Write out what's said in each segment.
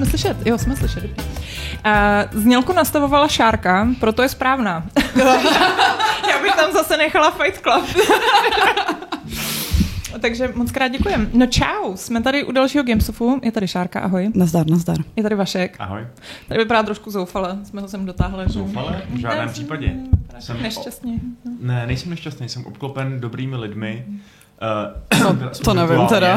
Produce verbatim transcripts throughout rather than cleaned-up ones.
jsme slyšet? Jo, jsme slyšet. Uh, znělku nastavovala Šárka, proto je správná. Já bych tam zase nechala Fight Club. Takže moc krát děkujem. No čau, jsme tady u dalšího Gamesofu. Je tady Šárka, ahoj. Nazdar, nazdar. Je tady Vašek. Ahoj. Tady vypadá trošku zoufale, jsme ho sem dotáhli. Zoufale? V žádném ne, případě. Jsem nešťastný. O... Ne, nejsem nešťastný, jsem obklopen dobrými lidmi. Uh, no, to nevím teda.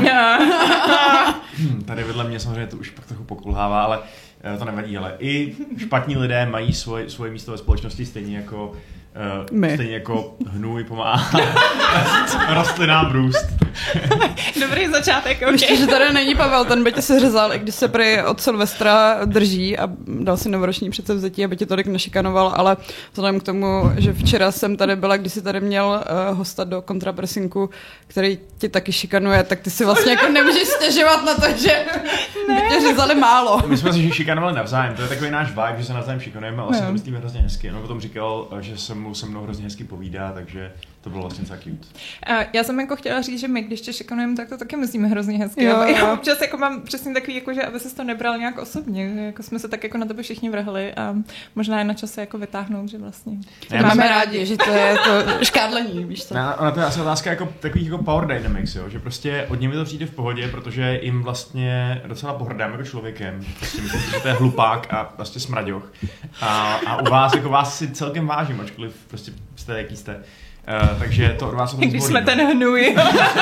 Tady vedle mě samozřejmě to už pak trochu pokulhává, ale uh, to nevadí, ale i špatní lidé mají svoje, svoje místo ve společnosti stejně jako Uh, stejně jako hnůj pomáhá rostlinám růst. Dobrý začátek, okay. Ještě, že tady není Pavel, ten by tě se řezal, i když se prý od Silvestra drží a dal si novoroční předsevzetí, aby tě tolik nešikanoval, ale vzhledem k tomu, že včera jsem tady byla, když jsi tady měl uh, hosta do kontrapresinku, který ti taky šikanuje, tak ty si vlastně jako nemůžeš stěžovat na to, že ne. by tě řezali málo. My jsme si šikanovali navzájem, to je takový náš vibe, že se navzájem šikanujeme, ale si to myslíme hrozně hezky. On potom říkal, že jsem se mnou hrozně hezky povídá, takže to bylo vlastně tak cute. Já jsem jako chtěla říct, že my, když tě šikanujeme, tak to taky myslíme hrozně hezky. Jo, já jo. občas jako mám přesně takový, jako, že aby ses to nebral nějak osobně, že jako jsme se tak jako na tebe všichni vrhli a možná je na čase jako vytáhnout, že vlastně já máme myslím, rádi, že to je to škádlení, víš co. Ona to je asi otázka jako takových jako power dynamics, jo? Že prostě od nimi to přijde v pohodě, protože jim vlastně docela pohrdám jako člověkem. Prostě myslím, že to je hlupák a vlastně smraďoch. A, a u vás jako vás si celkem vážím, ačkoliv prostě jste jaký jste. Uh, takže to od vás když jsme ten hnůj.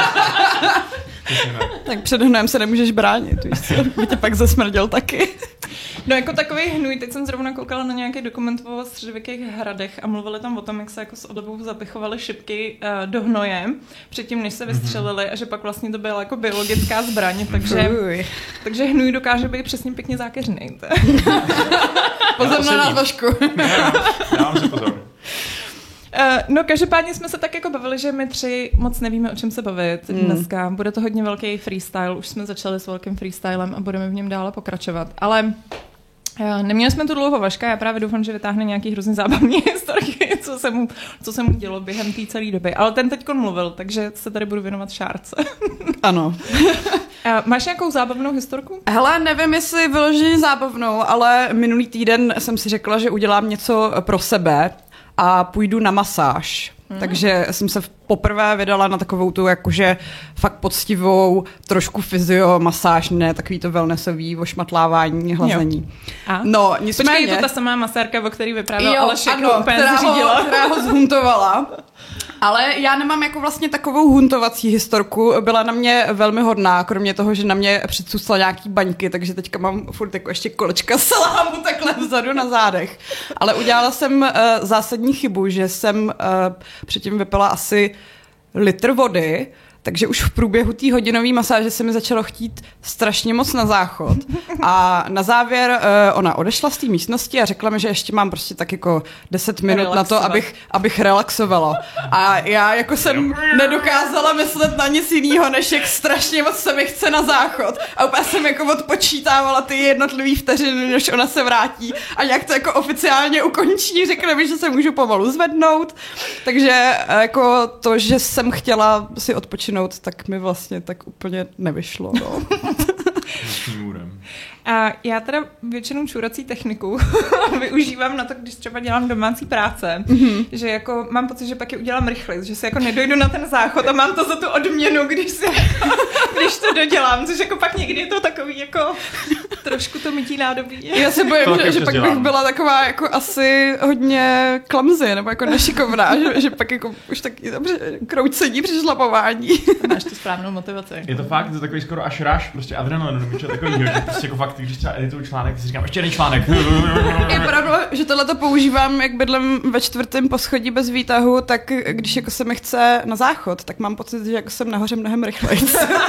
Tak před hnojem se nemůžeš bránit, víš co? By tě pak zasmrděl taky. No jako takový hnůj, teď jsem zrovna koukala na nějaký dokument o středověkých hradech a mluvili tam o tom, jak se jako s odobou zapichovali šipky uh, do hnoje, předtím, než se vystřelili a že pak vlastně to byla jako biologická zbraň, takže, takže hnůj dokáže být přesně pěkně zákeřný. Pozor na nás, Vašku. Dávám si pozor. Uh, no každopádně jsme se tak jako bavili, že my tři moc nevíme, o čem se bavit mm. dneska. Bude to hodně velký freestyle, už jsme začali s velkým freestylem a budeme v něm dále pokračovat. Ale uh, neměli jsme tu dlouho Vaška, já právě doufám, že vytáhne nějaký hrozně zábavný historky, co se mu, co se mu dělo během té celé doby. Ale ten teďkon mluvil, takže se tady budu věnovat Šárce. Ano. Uh, máš nějakou zábavnou historku? Hele, nevím, jestli vyloženě zábavnou, ale minulý týden jsem si řekla, že udělám něco pro sebe a půjdu na masáž. Hmm. Takže jsem se poprvé vydala na takovou tu jakože fakt poctivou, trošku fyzio masáž, ne takový to wellnessový ošmatlávání, hlazení. A? No, nicméně... Počkej, je to ta samá masérka, o který vyprávěla jo, Alešek, ano, úplně která zřídila. Ho, která ho zhuntovala. Ale já nemám jako vlastně takovou huntovací historku, byla na mě velmi hodná, kromě toho, že na mě předsusla nějaký baňky, takže teďka mám furt jako ještě kolečka salámu takhle vzadu na zádech. Ale udělala jsem uh, zásadní chybu, že jsem uh, předtím vypila asi litr vody, takže už v průběhu té hodinové masáže se mi začalo chtít strašně moc na záchod. A na závěr uh, ona odešla z té místnosti a řekla mi, že ještě mám prostě tak jako deset minut na to, abych, abych relaxovala. A já jako jsem nedokázala myslet na nic jiného, než jak strašně moc se mi chce na záchod. A úplně jsem jako odpočítávala ty jednotlivý vteřiny, než ona se vrátí. A nějak to jako oficiálně ukončí, řekne mi, že se můžu pomalu zvednout. Takže jako to, že jsem chtěla si odpočinout, tak mi vlastně tak úplně nevyšlo. No. A já teda většinou čurací techniku využívám na to, když třeba dělám domácí práce, mm-hmm. že jako mám pocit, že pak je udělám rychleji, že se jako nedojdu na ten záchod a mám to za tu odměnu, když, se, když to dodělám, což jako pak někdy je to takový jako trošku to mytí nádobí. Já se bojím, že, že pak bych byla taková jako asi hodně clumsy, nebo jako nešikovná, že, že pak jako už taky dobře kroucení při šlapování. Máš tu správnou motivaci. Je to fakt, je to takový skoro až rush, prostě adrenalin, nebo něco takovýho, že prostě jako fakt, když třeba edituju článek, si říkám, ještě jeden článek. Je pravda, že tohleto používám, jak bydlím ve čtvrtém poschodí bez výtahu, tak když jako se mi chce na záchod, tak mám pocit, že jako jsem nahoře mnohem rychleji.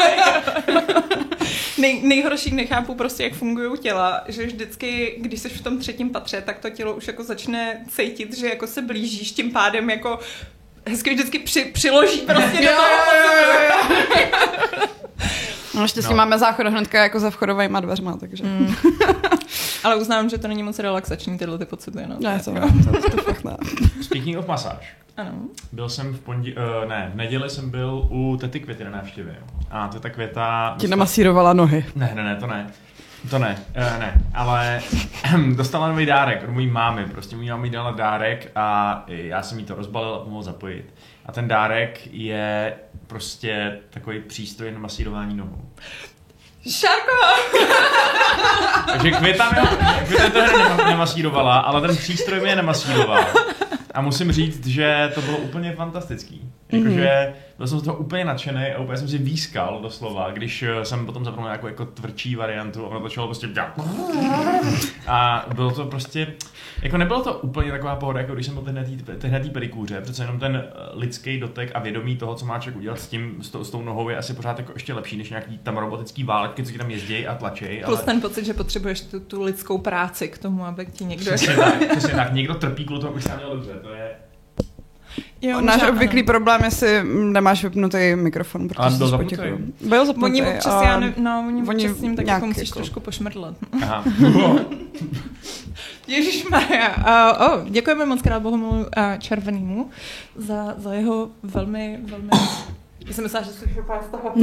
Nej, nejhorší nechápu prostě, jak fungují těla, že vždycky, když jsi v tom třetím patře, tak to tělo už jako začne cítit, že jako se blížíš, tím pádem jako hezky vždycky při, přiloží prostě do toho. No naštěstí no. Máme záchod hnedka jako za vchodovejma dveřma, takže... Mm. Ale uznávám, že to není moc relaxační tyhle ty pocity. No, ne, to, jako... to, to fakt ne. Speaking of masáž. Ano. Byl jsem v pondí... Uh, ne, v neděli jsem byl u tety Květy na návštěvě. A teta Květa... Ti namasírovala nohy. Ne, ne, ne, to ne. To ne, uh, ne, ale dostala nový dárek od mojí mámy, prostě mojí mámy dala dárek a já jsem jí to rozbalil a pomohl zapojit. A ten dárek je prostě takový přístroj na masírování nohou. Šárko! Takže Květa mě, Květa to hry nemasírovala, ale ten přístroj mě nemasíroval. A musím říct, že to bylo úplně fantastický. Jakože byl jsem z toho úplně nadšený a úplně jsem si výskal doslova, když jsem potom zapnul nějakou jako tvrdší variantu a ono začalo prostě dělat. A bylo to prostě, jako nebylo to úplně taková pohoda, jako když jsem byl tehdy tý pedikůře, přece jenom ten lidský dotek a vědomí toho, co má člověk udělat s tím, s, to, s tou nohou je asi pořád jako ještě lepší, než nějaký tam robotický váletky, co ti tam jezdí a tlačej. Plus ale... ten pocit, že potřebuješ tu, tu lidskou práci k tomu, aby ti někdo... Přesně tak, přesně tak, někdo trpí kvůli tomu, už se měl dobře, to je... Jo, náš obvyklý ano. problém je, jestli nemáš vypnutý mikrofon, protože byl zapnutý. Byl zapnutý. Oni občas, já ne, no, oni oni občas s ním tak jako musíš jako... trošku pošmrdlat. Aha. Ježišmarja. Uh, oh, děkujeme moc krát Bohumilu uh, Červenýmu za, za jeho velmi, velmi... Já jsem myslela, že jsi šopá z toho.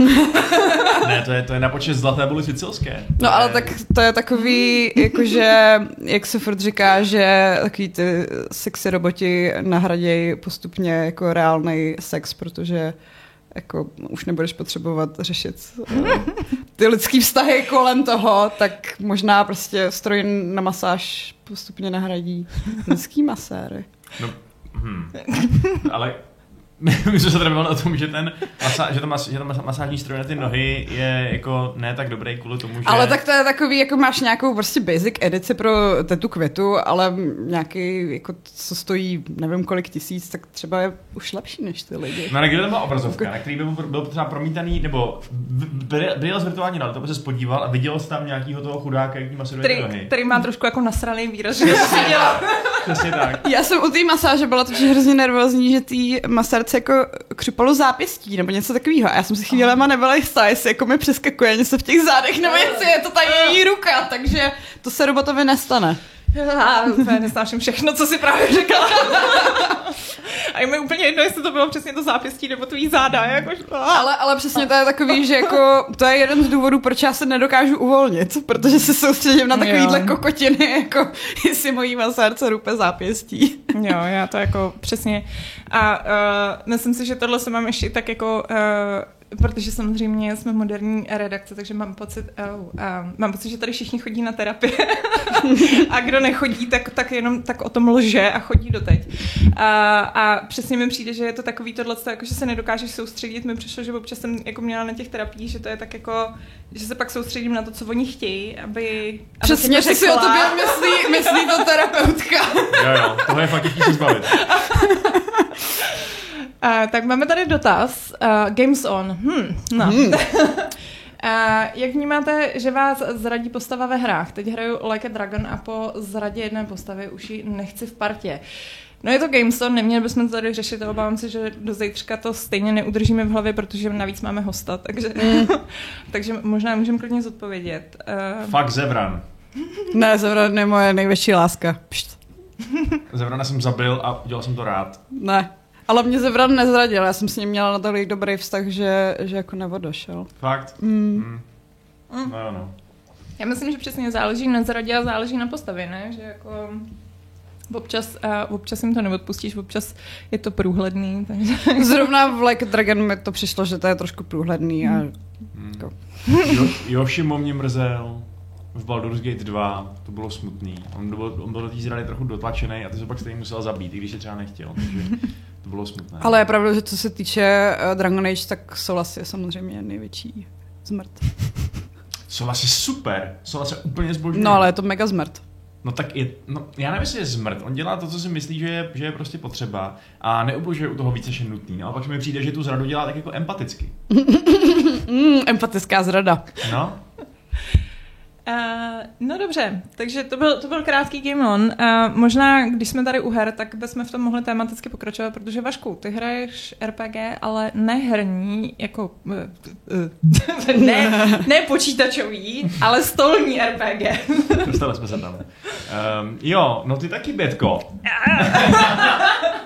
Ne, to je, to je na počest zlaté buly sicilské. No je... ale tak to je takový, jakože, jak se furt říká, že takový ty sexy roboti nahradějí postupně jako reálnej sex, protože jako už nebudeš potřebovat řešit uh, ty lidský vztahy kolem toho, tak možná prostě stroj na masáž postupně nahradí lidský maséry. No, hm. Ale my jsme se tady bavili o tom, že ten masa, že to mas, že to masážní stroj na ty nohy je jako ne tak dobrý kvůli tomu, že... Ale tak to je takový, jako máš nějakou prostě basic edici pro tetu Květu, ale nějaký, jako co stojí nevím kolik tisíc, tak třeba je už lepší než ty lidi. No, kde to byla obrazovka, na který byl, byl třeba promítaný, nebo byl z virtuální reality, to se spodíval a viděl jsi tam nějakýho toho chudáka, jaký masíruje ty nohy. Který má trošku jako nasraný výraz, že to si dělá. Přesně tak. Já jsem u té masáže byla totiž hrozně nervózní, že tý masérce jako křupalo zápěstí nebo něco takového. A já jsem si chvílema nebyla jistá, jestli jako mi přeskakuje něco v těch zádech, nebo jestli je to ta její ruka, takže to se robotovi nestane. Já úplně nesnáším všechno, co si právě řekla. A je mi úplně jedno, jestli to bylo přesně to zápěstí nebo tvý záda. Jako... Ale, ale přesně to je takový, že jako, to je jeden z důvodů, proč já se nedokážu uvolnit, protože se soustředím na takovýhle kokotiny, jako jestli mojí masérce rupe zápěstí. Jo, já to jako přesně. A uh, myslím si, že tohle se mám ještě tak jako... Uh, protože samozřejmě jsme moderní redakce, takže mám pocit, oh, uh, mám pocit, že tady všichni chodí na terapie a kdo nechodí, tak, tak jenom tak o tom lže a chodí doteď. Uh, a přesně mi přijde, že je to takový tohleto, jako že se nedokážeš soustředit. Mi přišlo, že občas jsem jako měla na těch terapiích, že to je tak jako, že se pak soustředím na to, co oni chtějí, aby... Přesně, aby že si o tobě myslí, myslí to terapeutka. Jo, jo, toho je fakt těžký se zbavit. Uh, tak máme tady dotaz. Uh, Games on. Hmm, no. Hmm. uh, jak vnímáte, že vás zradí postava ve hrách? Teď hraju Like a Dragon a po zradě jedné postavy už ji nechci v partě. No je to Games on, neměli bychom to tady řešit a obávám se, že do zítřka to stejně neudržíme v hlavě, protože navíc máme hosta, takže, mm. takže možná můžeme klidně zodpovědět. Uh, Fuck Zevran. Ne, Zevran je moje největší láska. Pšt. Zevrana jsem zabil a udělal jsem to rád. Ne. Ale mě Zevran nezradil, já jsem s ním měla natolik dobrý vztah, že, že jako neodošel. Fakt? Mm. Mm. Mm. No jo, no. Já myslím, že přesně záleží na zradě a záleží na postavě, ne? Že jako občas, uh, občas jim to neodpustíš, občas je to průhledný. Takže... Zrovna v Like Dragon mi to přišlo, že to je trošku průhledný. A... Mm. Jako... Jo, Yoshimo mě mrzel. V Baldur's Gate dva, to bylo smutný. On byl, on byl do té zrady trochu dotlačený a ty se pak stejně musel zabít, i když se třeba nechtěl, takže to bylo smutné. Ale je pravda, že co se týče uh, Dragon Age, tak Solas je samozřejmě největší zmrt. Solas je super, Solas je úplně zbožný. No ale je to mega zmrt. No tak je, no, já nevím, jestli je zmrt. On dělá to, co si myslí, že je, že je prostě potřeba a neubližuje u toho víc, než je nutný. Ale pak mi přijde, že tu zradu dělá tak jako empaticky. mm, empatická zrada. No. Uh, no dobře, takže to byl, to byl krátký Game On. Uh, možná, když jsme tady u her, tak bychom v tom mohli tematicky pokračovat, protože Vašku, ty hraješ R P G, ale ne herní, jako uh, uh, ne, ne počítačový, ale stolní R P G. Dostali jsme se tam. Um, jo, no ty taky, Bětko.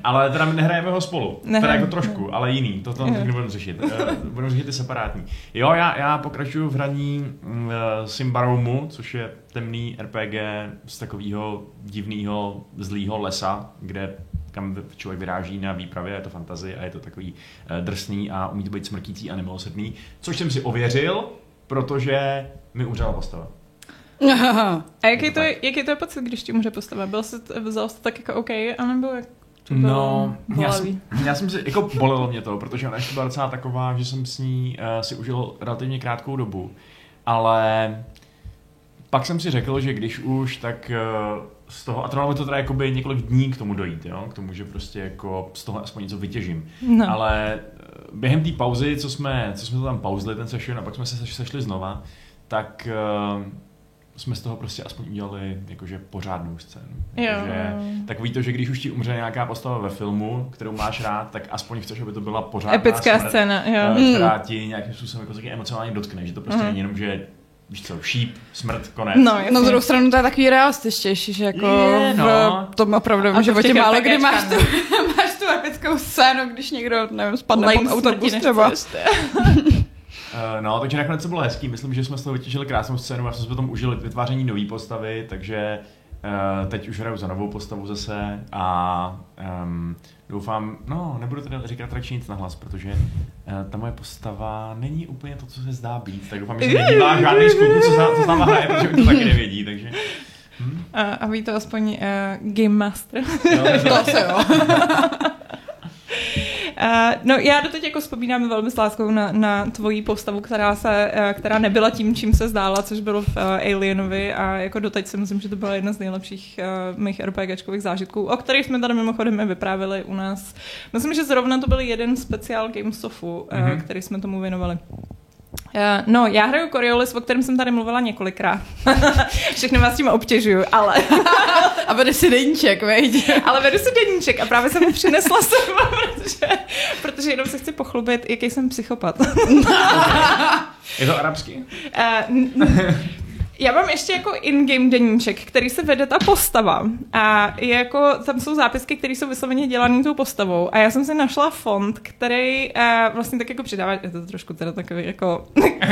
Ale teda my nehrajeme ho spolu. Nehrajeme. Teda jako trošku, ale jiný. To tam nebudeme řešit. Budeme řešit ty separátní. Jo, já, já pokračuju v hraní uh, Symbaromu, což je temný R P G z takového divného, zlýho lesa, kde kam člověk vyráží na výpravě, je to fantasy a je to takový uh, drsný a umí to být smrtící a nemilosrdný. Což jsem si ověřil, protože mi umřela postava. A jaký to, je, jaký to je pocit, když ti umře postava? Byl jsi, vzal jsi to tak jako OK, anebo jak to bylo No, já bolavý? jsem, já jsem si, jako bolelo mě to, protože ona ještě byla docela taková, že jsem s ní uh, si užil relativně krátkou dobu, ale pak jsem si řekl, že když už, tak uh, z toho, a trvalo mi to teda jakoby několik dní k tomu dojít, jo? K tomu, že prostě jako z toho aspoň něco vytěžím. No. Ale uh, během té pauzy, co jsme, co jsme to tam pauzli, ten session, a pak jsme se sešli znova, tak uh, jsme z toho prostě aspoň udělali jakože pořádnou scénu. Jakože, takový to, že když už ti umře nějaká postava ve filmu, kterou máš rád, tak aspoň chceš, aby to byla pořádná epická smrt, scéna, jo. která ti nějakým způsobem jako taky emocionálně dotkne, že to prostě není jenom, že víš co, šíp, smrt, konec. No, na druhou stranu to je takový realističtější, že jako je, no. v tom opravdovém životě málo kdy máš tu, máš tu epickou scénu, když někdo, nevím, spadne pod autobus třeba. Uh, no, takže nakonec to bylo hezký. Myslím, že jsme z toho vytěžili krásnou scénu a jsme se potom užili vytváření nové postavy, takže uh, teď už hraju za novou postavu zase a um, doufám, no, nebudu teda říkat radši nic nahlas, protože uh, ta moje postava není úplně to, co se zdá být, tak doufám, že se nedívá žádný z kluků, co, co s náma hraje, protože oni to taky nevědí, takže... Hm? A, a ví to aspoň uh, Game Master. Jo, to se jo. Uh, no já doteď jako vzpomínám velmi s láskou na, na tvoji postavu, která, se, uh, která nebyla tím, čím se zdála, což bylo v uh, Alienovi a jako doteď si myslím, že to byla jedna z nejlepších uh, mých RPGčkových zážitků, o kterých jsme tady mimochodem i vyprávěli u nás. Myslím, že zrovna to byl jeden speciál Gamestofu, uh, mm-hmm. který jsme tomu věnovali. Uh, no, já hraju Coriolis, o kterém jsem tady mluvila několikrát. Všechny vás tím obtěžuju, ale... A vedu si deníček, veď? Ale vedu si deníček a právě jsem mu přinesla sebou, protože, protože jenom se chci pochlubit, jaký jsem psychopat. Je to arabský? Uh, Já mám ještě jako in-game deníček, který se vede ta postava a je jako, tam jsou zápisky, které jsou vysloveně dělané tou postavou a já jsem si našla font, který uh, vlastně tak jako přidává, je to trošku teda takový jako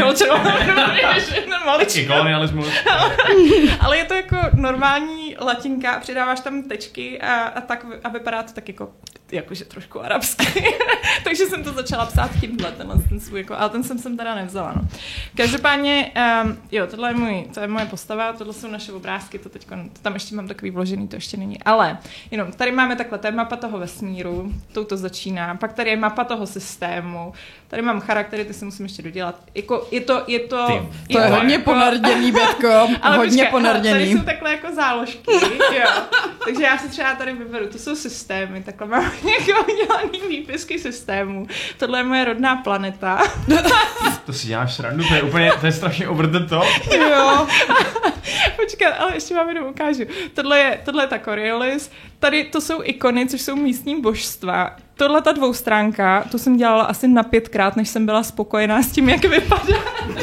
maličko, kolonialismus. Ale je to jako normální latinka, přidáváš tam tečky a, a tak a vypadá to tak jako jakože trošku arabsky. Takže jsem to začala psát tímhle, tenhle ten svůj, jako, ale ten jsem sem teda nevzala. No. Každopádně, um, jo, tohle je, můj, to je moje postava, tohle jsou naše obrázky, to teď, to tam ještě mám takový vložený, to ještě není. Ale jenom, tady máme takhle, to je mapa toho vesmíru, touto začíná, pak tady je mapa toho systému, tady mám charaktery, ty si musím ještě dodělat. Jako, je to, je to... Ty, to je hodně jako, ponerděný, Bětko, ale hodně počkej, ponerděný. Tady jsou takhle jako záložky, jo. Takže já si třeba tady vyberu, to jsou systémy, takhle mám jako udělaný výpisky systému. Tohle je moje rodná planeta. To si děláš srandu, to je úplně, to je strašně over the top. Jo. Počkat, ale ještě vám jenom ukážu. Tohle je, tohle je ta Coriolis. Tady to jsou ikony, což jsou místní božstva. Tohle ta dvoustránka, to jsem dělala asi na pětkrát, než jsem byla spokojená s tím, jak vypadá.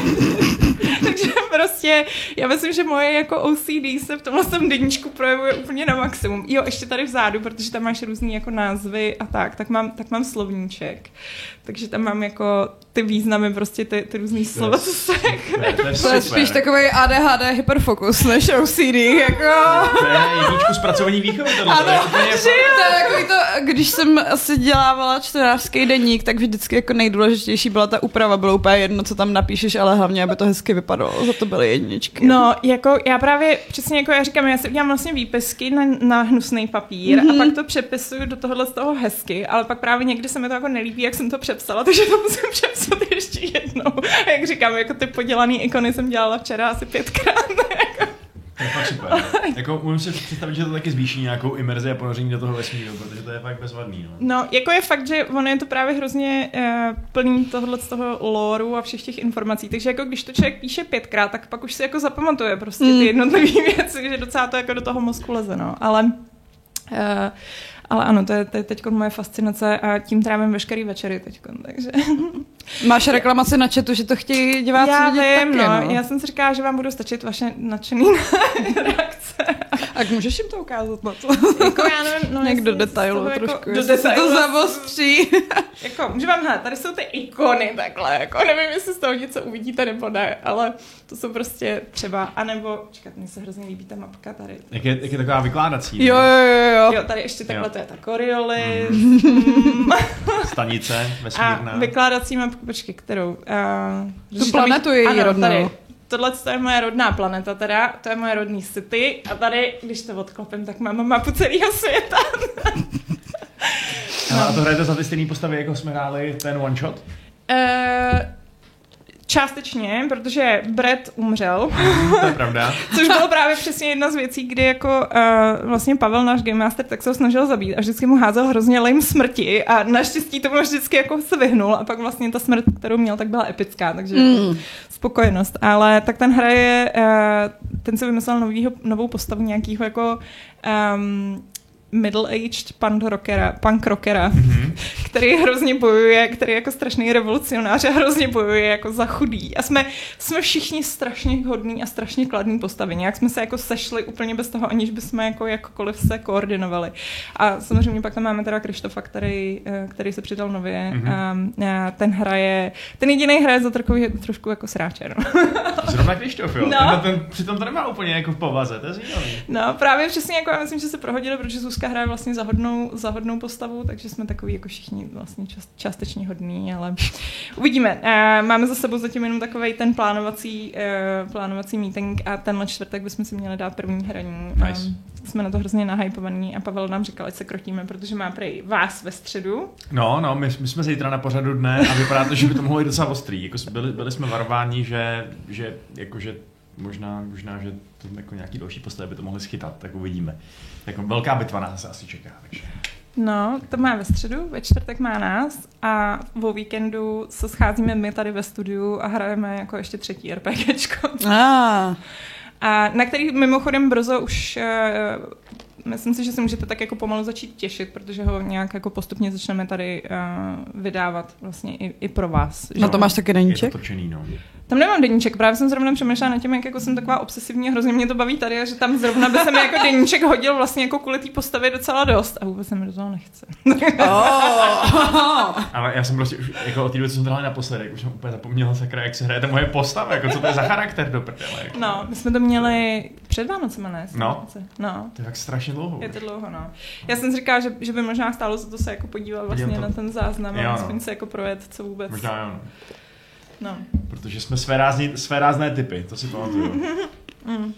Takže prostě, já myslím, že moje jako O C D se v tomhle tom deníčku projevuje úplně na maximum. Jo, ještě tady vzadu, protože tam máš různý jako názvy a tak, tak mám, tak mám slovníček. Takže tam mám jako ty významy, prostě ty, ty různý slova, co se... To je spíš takový A D H D hyperfokus, než O C D, jako... To je jedničku zpracování výchovy, tohle. Ano, to je, úplně... to je takový to, když jsem asi dělávala čtenářský deník, tak vždycky jako nejdůležitější byla ta úprava, bylo úplně jedno, co tam napíšeš, ale hlavně, aby to hezky vypadalo, za to byly jedničky. No, jako já právě, přesně jako já říkám, já si udělám vlastně výpisky na, na hnusný papír mm-hmm. a pak to přepisuju do tohohle z toho hezky, ale pak právě někdy se mi to jako nelíbí, jak jsem to přepsala, takže to musím přepsat ještě jednou. A jak říkám, jako ty podělaný ikony jsem dělala včera asi pětkrát. Jako. To je fakt super. Jako můžu si představit, že to taky zvýší nějakou imerzi a ponoření do toho vesmíru, protože to je fakt bezvadný. No, no jako je fakt, že ono je to právě hrozně uh, plný tohle z toho loreu a všech těch informací, takže jako když to člověk píše pětkrát, tak pak už si jako zapamatuje prostě ty jednotlivé věci, že docela to jako do toho mozku leze, no. Ale... Uh, Ale ano, to je, to je teď moje fascinace a tím trávím veškerý večery teď, takže... Máš reklamaci na chatu, že to chtějí diváci já vidět vím, taky, no. no. Já jsem si říkala, že vám budou stačit vaše nadšený reakce. A můžeš jim to ukázat na to? Jako já nevím, no někdo detailu trošku, jako, jestli se to zavostří. Jako, můžu vám hled, tady jsou ty ikony takhle, jako nevím, jestli z toho něco uvidíte nebo ne, ale to jsou prostě třeba, anebo, čekat, mně se hrozně líbí ta mapka tady. Jak je, jak je taková vykládací? Jo, jo, jo, jo. Jo, tady ještě takhle Jo. to je ta Coriolis. Mm. Stanice vesmírná. A vykládací mapku, počkej, kterou? Uh, Tu planetu je její rodnou. Tady. Tohle to je moje rodná planeta teda, to je moje rodný city a tady, když to odklopím, tak mám mapu celého světa. No. A to hrajete za ty stejný postavy, jako jsme hráli ten one shot? Uh, částečně, protože Brett umřel. To je pravda. Což bylo právě přesně jedna z věcí, kdy jako uh, vlastně Pavel, náš Game Master, tak se ho snažil zabít a vždycky mu házel hrozně lame smrti a naštěstí tomu vždycky jako se vyhnul a pak vlastně ta smrt, kterou měl, tak byla epická, takže mm. spokojenost. Ale tak ten hraje, uh, ten si vymyslel novýho, novou postavu nějakýho jako um, middle-aged punk rockera, punk rockera, mm-hmm. který hrozně bojuje, který je jako strašný revolucionář a hrozně bojuje jako za chudý. A jsme, jsme všichni strašně hodný a strašně kladný postavy. Nějak jsme se jako sešli úplně bez toho, aniž bychom jako jakkoliv se koordinovali. A samozřejmě pak tam máme teda Krištofa, který, který se přidal nově. Mm-hmm. A ten hraje, ten jediný hraje za takový trošku jako sráčer. Zrovna Krištof, jo? No. Ten, ten, přitom to nemá úplně jako v povaze, to je zajímavý. No právě přesně jako já myslím, že se prohodili, protože Zuzka hraje vlastně za hodnou, za hodnou postavu, takže jsme takový jako všichni vlastně čas, částečně hodní, ale uvidíme. Uh, máme za sebou zatím jenom takovej ten plánovací, uh, plánovací meeting a tenhle čtvrtek bychom si měli dát první hraní. Nice. Um, jsme na to hrozně nahypovaní a Pavel nám říkal, ať se krotíme, protože má prej vás ve středu. No, no, my, my jsme zítra na pořadu dne a vypadá to, že by to mohlo být docela ostrý. Jako byli, byli jsme varováni, že, že jakože možná, možná, že to jako nějaký další postavy by to mohli schytat, tak uvidíme. Jako velká bitva nás asi čeká, takže... No, to má ve středu, ve čtvrtek má nás a o víkendu se scházíme my tady ve studiu a hrajeme jako ještě třetí RPGčko. Ah. A na který mimochodem brzo už uh, myslím si, že se můžete tak jako pomalu začít těšit, protože ho nějak jako postupně začneme tady uh, vydávat vlastně i, i pro vás. No to máš taky deníček? Je to točený, no. Tam nemám deníček, právě jsem zrovna přemýšlela nad tím, jak jako jsem taková obsesivní, hrozně mě to baví tady a že tam zrovna by se mi jako deníček hodil vlastně jako kvůli té postavě docela dost a vůbec se mi do toho nechce. Oh. Ale já jsem prostě už jako od té doby, co jsem tohle naposledy, už jsem úplně zapomněla sakra, jak se hraje ta moje postava, jako co to je za charakter do prdele. Jako. No, my jsme to měli před Vánocema, ne? No. No. To je tak strašně dlouho. Je to dlouho, no. Já jsem si říkala, že, že by možná stálo za to se jako podívat vlastně to... na ten záznam jo, a no. aspoň se jako projet, co vůbec. Možná jo, no. No. Protože jsme své, rázní, své rázné typy, to si pamatuju. mm.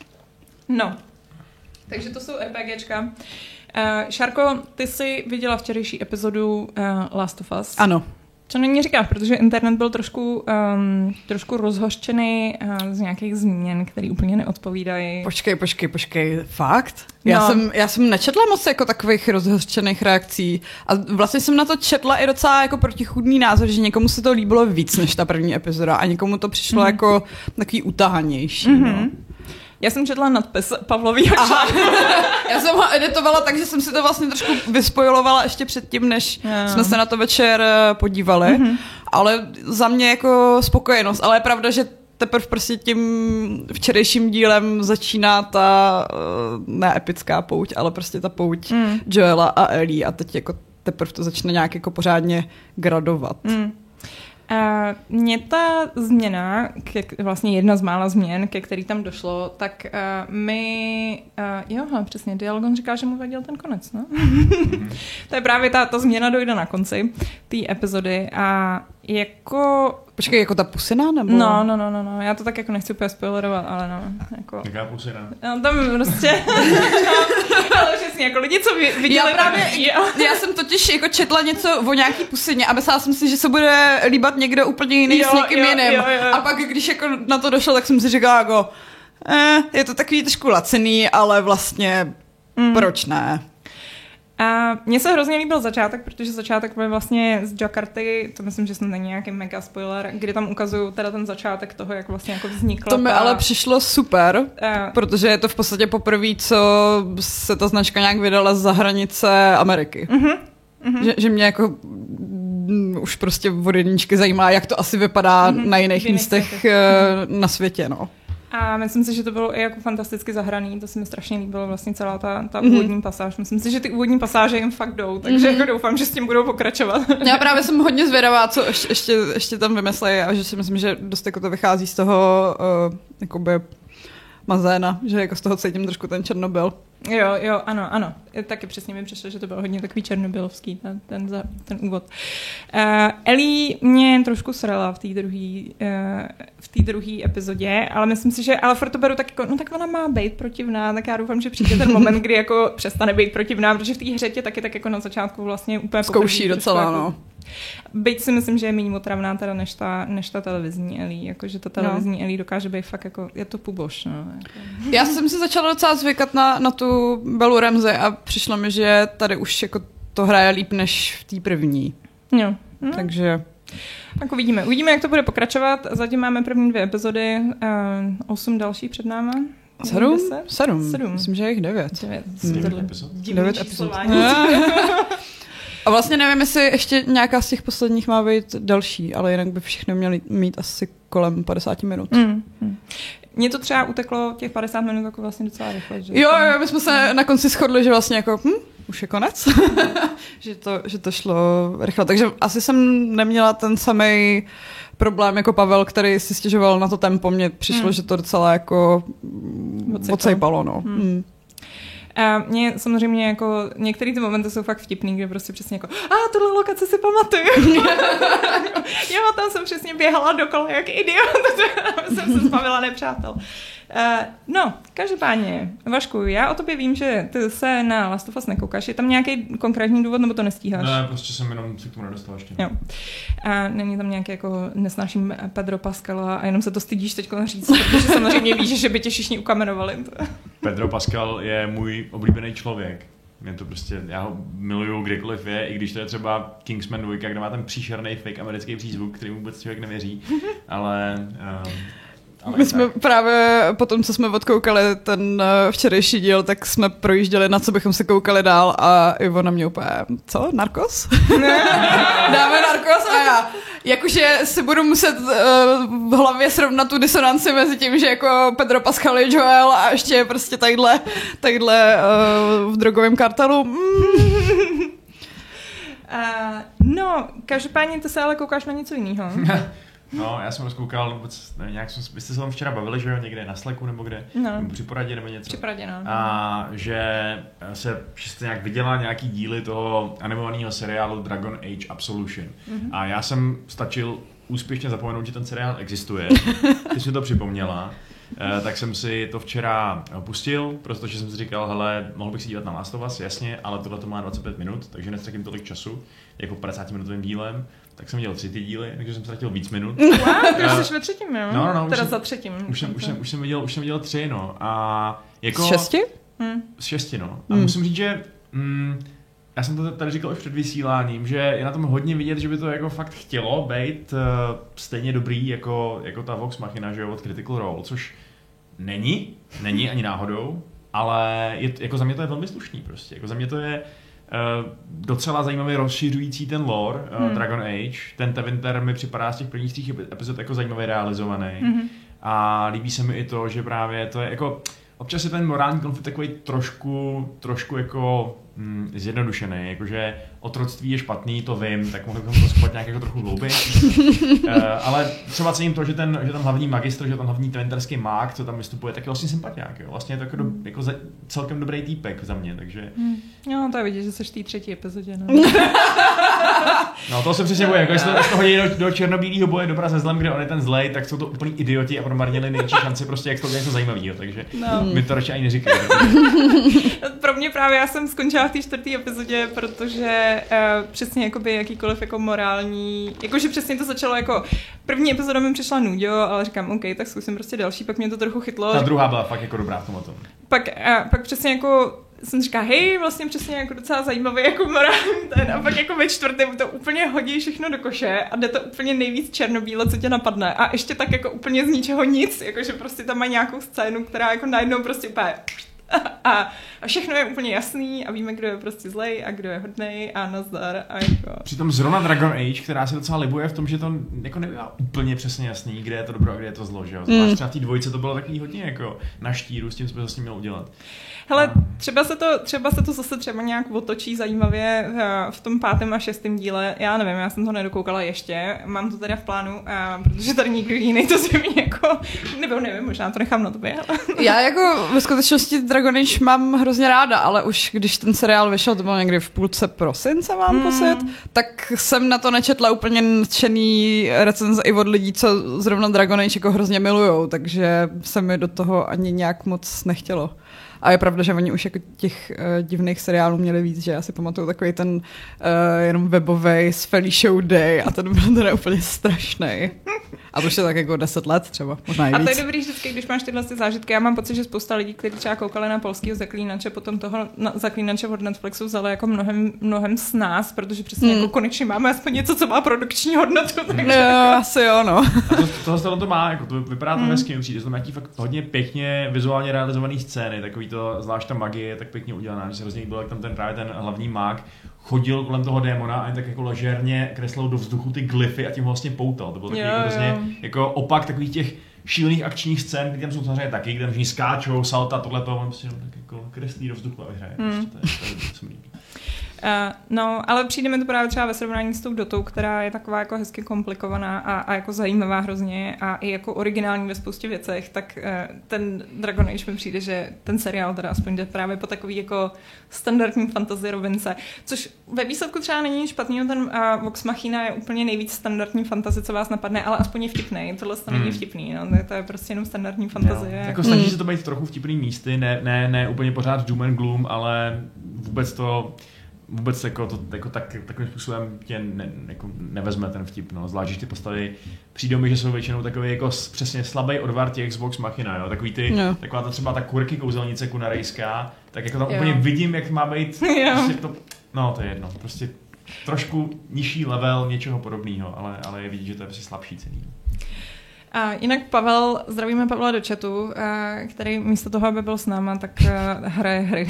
No. Takže to jsou RPGčka. Uh, Šárko, ty jsi viděla včerejší epizodu uh, Last of Us. Ano. Co není říkáš, protože internet byl trošku, um, trošku rozhořčený uh, z nějakých změn, které úplně neodpovídají. Počkej, počkej, počkej, fakt? Já, No. jsem, já jsem nečetla moc jako takových rozhořčených reakcí a vlastně jsem na to četla i docela jako protichůdný názor, že někomu se to líbilo víc než ta první epizoda a někomu to přišlo mm. jako takový utahanější. Mm-hmm. No. Já jsem četla nadpis Pavlovýho článku. Já jsem ho editovala, takže jsem si to vlastně trošku vyspojilovala ještě předtím, než yeah. jsme se na to večer podívali. Mm-hmm. Ale za mě jako spokojenost. Ale je pravda, že teprve prostě tím včerejším dílem začíná ta ne epická pouť, ale prostě ta pouť mm. Joela a Ellie a teď jako teprve to začne nějak jako pořádně gradovat. Mm. Uh, mě ta změna, ke, vlastně jedna z mála změn, ke který tam došlo, tak uh, my, uh, jo, hele, přesně, Dialogon říká, že mu vadil ten konec, no. Mm. To je právě ta, ta změna dojde na konci té epizody a jako... Počkej, jako ta pusina, nebo? No, no, no, no, no, já to tak jako nechci úplně spoilerovat, ale no, jako... Jaká pusina? No, tam prostě... ale přesně, jako lidi, co viděli... Já právě, tak, já jsem totiž jako četla něco o nějaký pusině a myslela jsem si, že se bude líbat někdo úplně jiný jo, s někým jo, jiným. Jo, jo. A pak, když jako na to došlo, tak jsem si říkala jako, eh, je to takový trošku lacený, ale vlastně mm. proč ne? A mně se hrozně líbil začátek, protože začátek byl vlastně z Jakarty, to myslím, že snad není nějaký mega spoiler, kdy tam ukazují teda ten začátek toho, jak vlastně jako vznikla. To mi ta... ale přišlo super, uh, protože je to v podstatě poprvé, co se ta značka nějak vydala za hranice Ameriky. Uh-huh, uh-huh. Že, že mě jako m, už prostě od jedničky zajímá, jak to asi vypadá uh-huh, na jiných místech uh, na světě, no. A myslím si, že to bylo i jako fantasticky zahraný, to se mi strašně líbilo, vlastně celá ta, ta mm-hmm. úvodní pasáž. Myslím si, že ty úvodní pasáže jim fakt jdou, takže mm-hmm. jako doufám, že s tím budou pokračovat. Já právě jsem hodně zvědavá, co ještě, ještě, ještě tam vymyslej a že si myslím, že dost jako to vychází z toho uh, jakoby mazéna, že jako z toho cítím trošku ten Černobyl. Jo, jo, ano, ano. Taky přesně mi přišlo, že to bylo hodně takový černobylovský, ten, ten, za, ten úvod. Uh, Ellie mě trošku srala v té druhé uh, v té druhé epizodě, ale myslím si, že, ale furt to beru tak jako, no tak ona má být protivná, tak já doufám, že přijde ten moment, kdy jako přestane být protivná, protože v té hře tě taky tak jako na začátku vlastně úplně zkouší docela, jako, no. Byť si myslím, že je méně otravná teda než ta, než ta televizní Ellie, jakože ta televizní no. Ellie dokáže být fakt jako, je to puboš, no. Jako. Já jsem si začala docela zvykat na, na tu Bellu Ramsey a přišlo mi, že tady už jako to hraje líp než v té první. Jo. No. Takže... Tak uvidíme. Uvidíme, jak to bude pokračovat. Zatím máme první dvě epizody, uh, osm další před náma. Sedm? Sedm. Sedm. Myslím, že je jich devět. Devět. Devět epizod. Devět epizod. A vlastně nevím, jestli ještě nějaká z těch posledních má být další, ale jinak by všechny měly mít asi kolem padesát minut. Mm, mm. Mně to třeba uteklo těch padesát minut jako vlastně docela rychle. Že jo, jo, my jsme se na konci shodli, že vlastně jako, hm, už je konec. že, to, že to šlo rychle. Takže asi jsem neměla ten samý problém jako Pavel, který si stěžoval na to tempo. Mně přišlo, mm. že to docela jako odsejpalo, no. Mm. Mm. A mě samozřejmě jako, některé ty momenty jsou fakt vtipný, kde prostě přesně jako, a ah, tohle lokace si pamatuju. Jo, tam jsem přesně běhala dokola jak idiot, jsem se zbavila nepřátel. Uh, no, každopádně, Vašku, já o tobě vím, že ty se na Last of Us nekoukáš. Je tam nějaký konkrétní důvod, nebo to nestíháš? Ne, prostě jsem jenom si k tomu nedostal ještě. Jo. A není tam nějaký jako nesnáším Pedro Pascala a jenom se to stydíš teď říct, protože samozřejmě víš, že by tě všichni ukamenovali. Pedro Pascal je můj oblíbený člověk. Mě to prostě, já ho miluju kdekoliv je, i když to je třeba Kingsman dva, kde má ten příšerný fake americký přízvuk, který vůbec člověk nevěří, ale... Um, Ale My tak. jsme právě po tom, co jsme odkoukali ten včerejší díl, tak jsme projížděli, na co bychom se koukali dál a Ivo na mě úplně, co, Narcos? Dáme Narcos a já. Jakože si budu muset uh, v hlavě srovnat tu disonanci mezi tím, že jako Pedro Pascal je Joel a ještě prostě tadyhle, tadyhle uh, v drogovém kartelu. Mm. Uh, no, každopádně ty se ale koukáš na něco jiného. No, já jsem rozkoukal, vůbec, nevím, nějak jsme, vy jste se tam včera bavili, že jo, někde na Slacku nebo kde, no. nebo při poradě nebo něco. Při poradě, no. A že se že jste nějak viděla nějaký díly toho animovaného seriálu Dragon Age Absolution. Mm-hmm. A já jsem stačil úspěšně zapomenout, že ten seriál existuje. Ty jsi mi to připomněla. Uh, tak jsem si to včera pustil, protože jsem si říkal, hele, mohl bych si dívat na Last of Us, jasně, ale tohle to má dvacet pět minut, takže nestratím tolik času, jako padesátiminitovým dílem. Tak jsem dělal tři ty díly, takže jsem ztratil víc minut. Wow, ty uh, jsi ve třetím, jo? No, no, no. Teda už za třetím. Už jsem, už, jsem, už, jsem viděl, už jsem viděl tři, no. A jako, z šesti? Hmm. Z šesti, no. A hmm. musím říct, že... Mm, já jsem to tady říkal už před vysíláním, že je na tom hodně vidět, že by to jako fakt chtělo být uh, stejně dobrý jako, jako ta Vox Machina, že jo, od Critical Role, což není, není ani náhodou, ale je, jako za mě to je velmi slušný prostě. Jako za mě to je uh, docela zajímavě rozšiřující ten lore uh, hmm. Dragon Age. Ten Tevinter mi připadá z těch prvních tří epizod jako zajímavě realizovaný. Hmm. A líbí se mi i to, že právě to je jako... Občas je ten morální konflikt takový trošku, trošku jako mm, zjednodušený, jakože otroctví je špatný, to vím, tak mohli bychom to skopat nějak jako trochu hlouběji. uh, ale třeba cením to, že ten, že ten hlavní magistr, že ten hlavní tevinterský mák, co tam vystupuje, tak je vlastně sympatiák, jo. Vlastně je to jako, do, jako za, celkem dobrý týpek za mě, takže... Hmm. Jo, to je vidět, že jsi v té třetí epizodě, no. No to se přesně boje, jako jestli to hodí do, do černobílého boje dobra se zlem, kde on je ten zlej, tak jsou to úplný idioti a promarnili největší šanci prostě, jak to něco zajímavého, takže no. mi to radši ani neříkají. Pro mě právě já jsem skončila v té čtvrté epizodě, protože uh, přesně jakoby jakýkoliv jako morální, jakože přesně to začalo jako, první epizoda mi přišla nudio, ale říkám, OK, tak zkusím prostě další, pak mě to trochu chytlo. Ta druhá byla fakt jako dobrá v tom o tom. Pak, uh, pak přesně jako jsem říkala, hej, vlastně přesně jako docela zajímavý jako morální ten a pak jako ve čtvrtém to úplně hodí všechno do koše a jde to úplně nejvíc černobíle, co tě napadne a ještě tak jako úplně z ničeho nic, jakože prostě tam má nějakou scénu, která jako najednou prostě úplně A, a všechno je úplně jasný a víme, kdo je prostě zlej a kdo je hodnej a nazdar a jako... Přitom zrovna Dragon Age, která si docela libuje v tom, že to jako nebývá úplně přesně jasný, kde je to dobro a kde je to zlo, že jo. Zvlášť třeba v té dvojce to bylo takový hodně jako na štíru, s tím jsme to s tím měli udělat. Hele, třeba se, to, třeba se to zase třeba nějak otočí zajímavě v tom pátém a šestém díle. Já nevím, já jsem to nedokoukala ještě. Mám to teda v plánu, a protože tady nikdo jiný to zřejmě jako... Nebo nevím, možná to nechám na tobě. Ale... Já jako ve skutečnosti Dragon Age mám hrozně ráda, ale už když ten seriál vyšel, to bylo někdy v půlce prosince, mám hmm. pocit, tak jsem na to nečetla úplně nadšený recenze i od lidí, co zrovna Dragon Age jako hrozně milujou, takže se mi do toho ani nějak moc nechtělo. A je pravda, že oni už jako těch uh, divných seriálů měli víc, že já si pamatuju takový ten uh, jenom webovej s Felicia Day a ten byl teda úplně strašný. A to už je tak jako deset let třeba, možná i víc. A to je dobrý vždycky, když máš tyhle zážitky. Já mám pocit, že spousta lidí, kteří třeba koukali na polskýho Zaklínače, potom toho na, Zaklínače od Netflixu vzali jako mnohem, mnohem s nás, protože přesně hmm. jako konečně máme aspoň něco, co má produkční hodnotu. Takže no, jako... asi jo, no. A to, tohle to, to má, jako to vypadá to hmm. hezky, mi přijde, to má nějaký fakt hodně pěkně vizuálně realizovaný scény, takový to, zvlášť ta magie je tak pěkně udělaná, že se hrozně bylo, jak tam ten právě ten hlavní mák chodil kolem toho démona a jen tak jako ležérně kreslil do vzduchu ty glyfy a tím ho vlastně poutal. To bylo takový jako hrozně jako opak takových těch šílených akčních scén, kde tam jsou samozřejmě taky, kde tam všichni skáčou, salta, tohleto, on prostě tak jako kreslí do vzduchu a vyhraje. Hmm. Prostě to je, to je, to je, Uh, no, ale přijde mi to právě třeba ve srovnání s tou Dotou, která je taková jako hezky komplikovaná a, a jako zajímavá hrozně a i jako originální ve spoustě věcech, tak uh, ten Dragon Age mi přijde, že ten seriál teda aspoň jde právě po takový jako standardní fantasy rovince, což ve výsledku třeba není špatný, ten uh, Vox Machina je úplně nejvíc standardní fantasy, co vás napadne, ale aspoň je vtipnej, tohle to není vtipný, no, to je prostě jenom standardní fantasy. Jako snaží mm. se to být trochu vtipný místy, ne, ne, ne úplně pořád doom and gloom, ale vůbec to vůbec jako, to, jako tak, takovým způsobem tě ne, jako nevezme ten vtip, no. Zvlášť, že ty postavy přijdou mi, že jsou většinou takový jako přesně slabý odvar těch Vox Machina, jo. Takový ty, no. Taková ta třeba ta kurky kouzelnice kunarejská, tak jako tam jo. úplně vidím, jak má být, prostě to, no to je jedno, prostě trošku nižší level něčeho podobného, ale, ale je vidět, že to je prostě slabší cený. A jinak Pavel, zdravíme Pavla do chatu, který místo toho, aby byl s náma, tak hraje hry.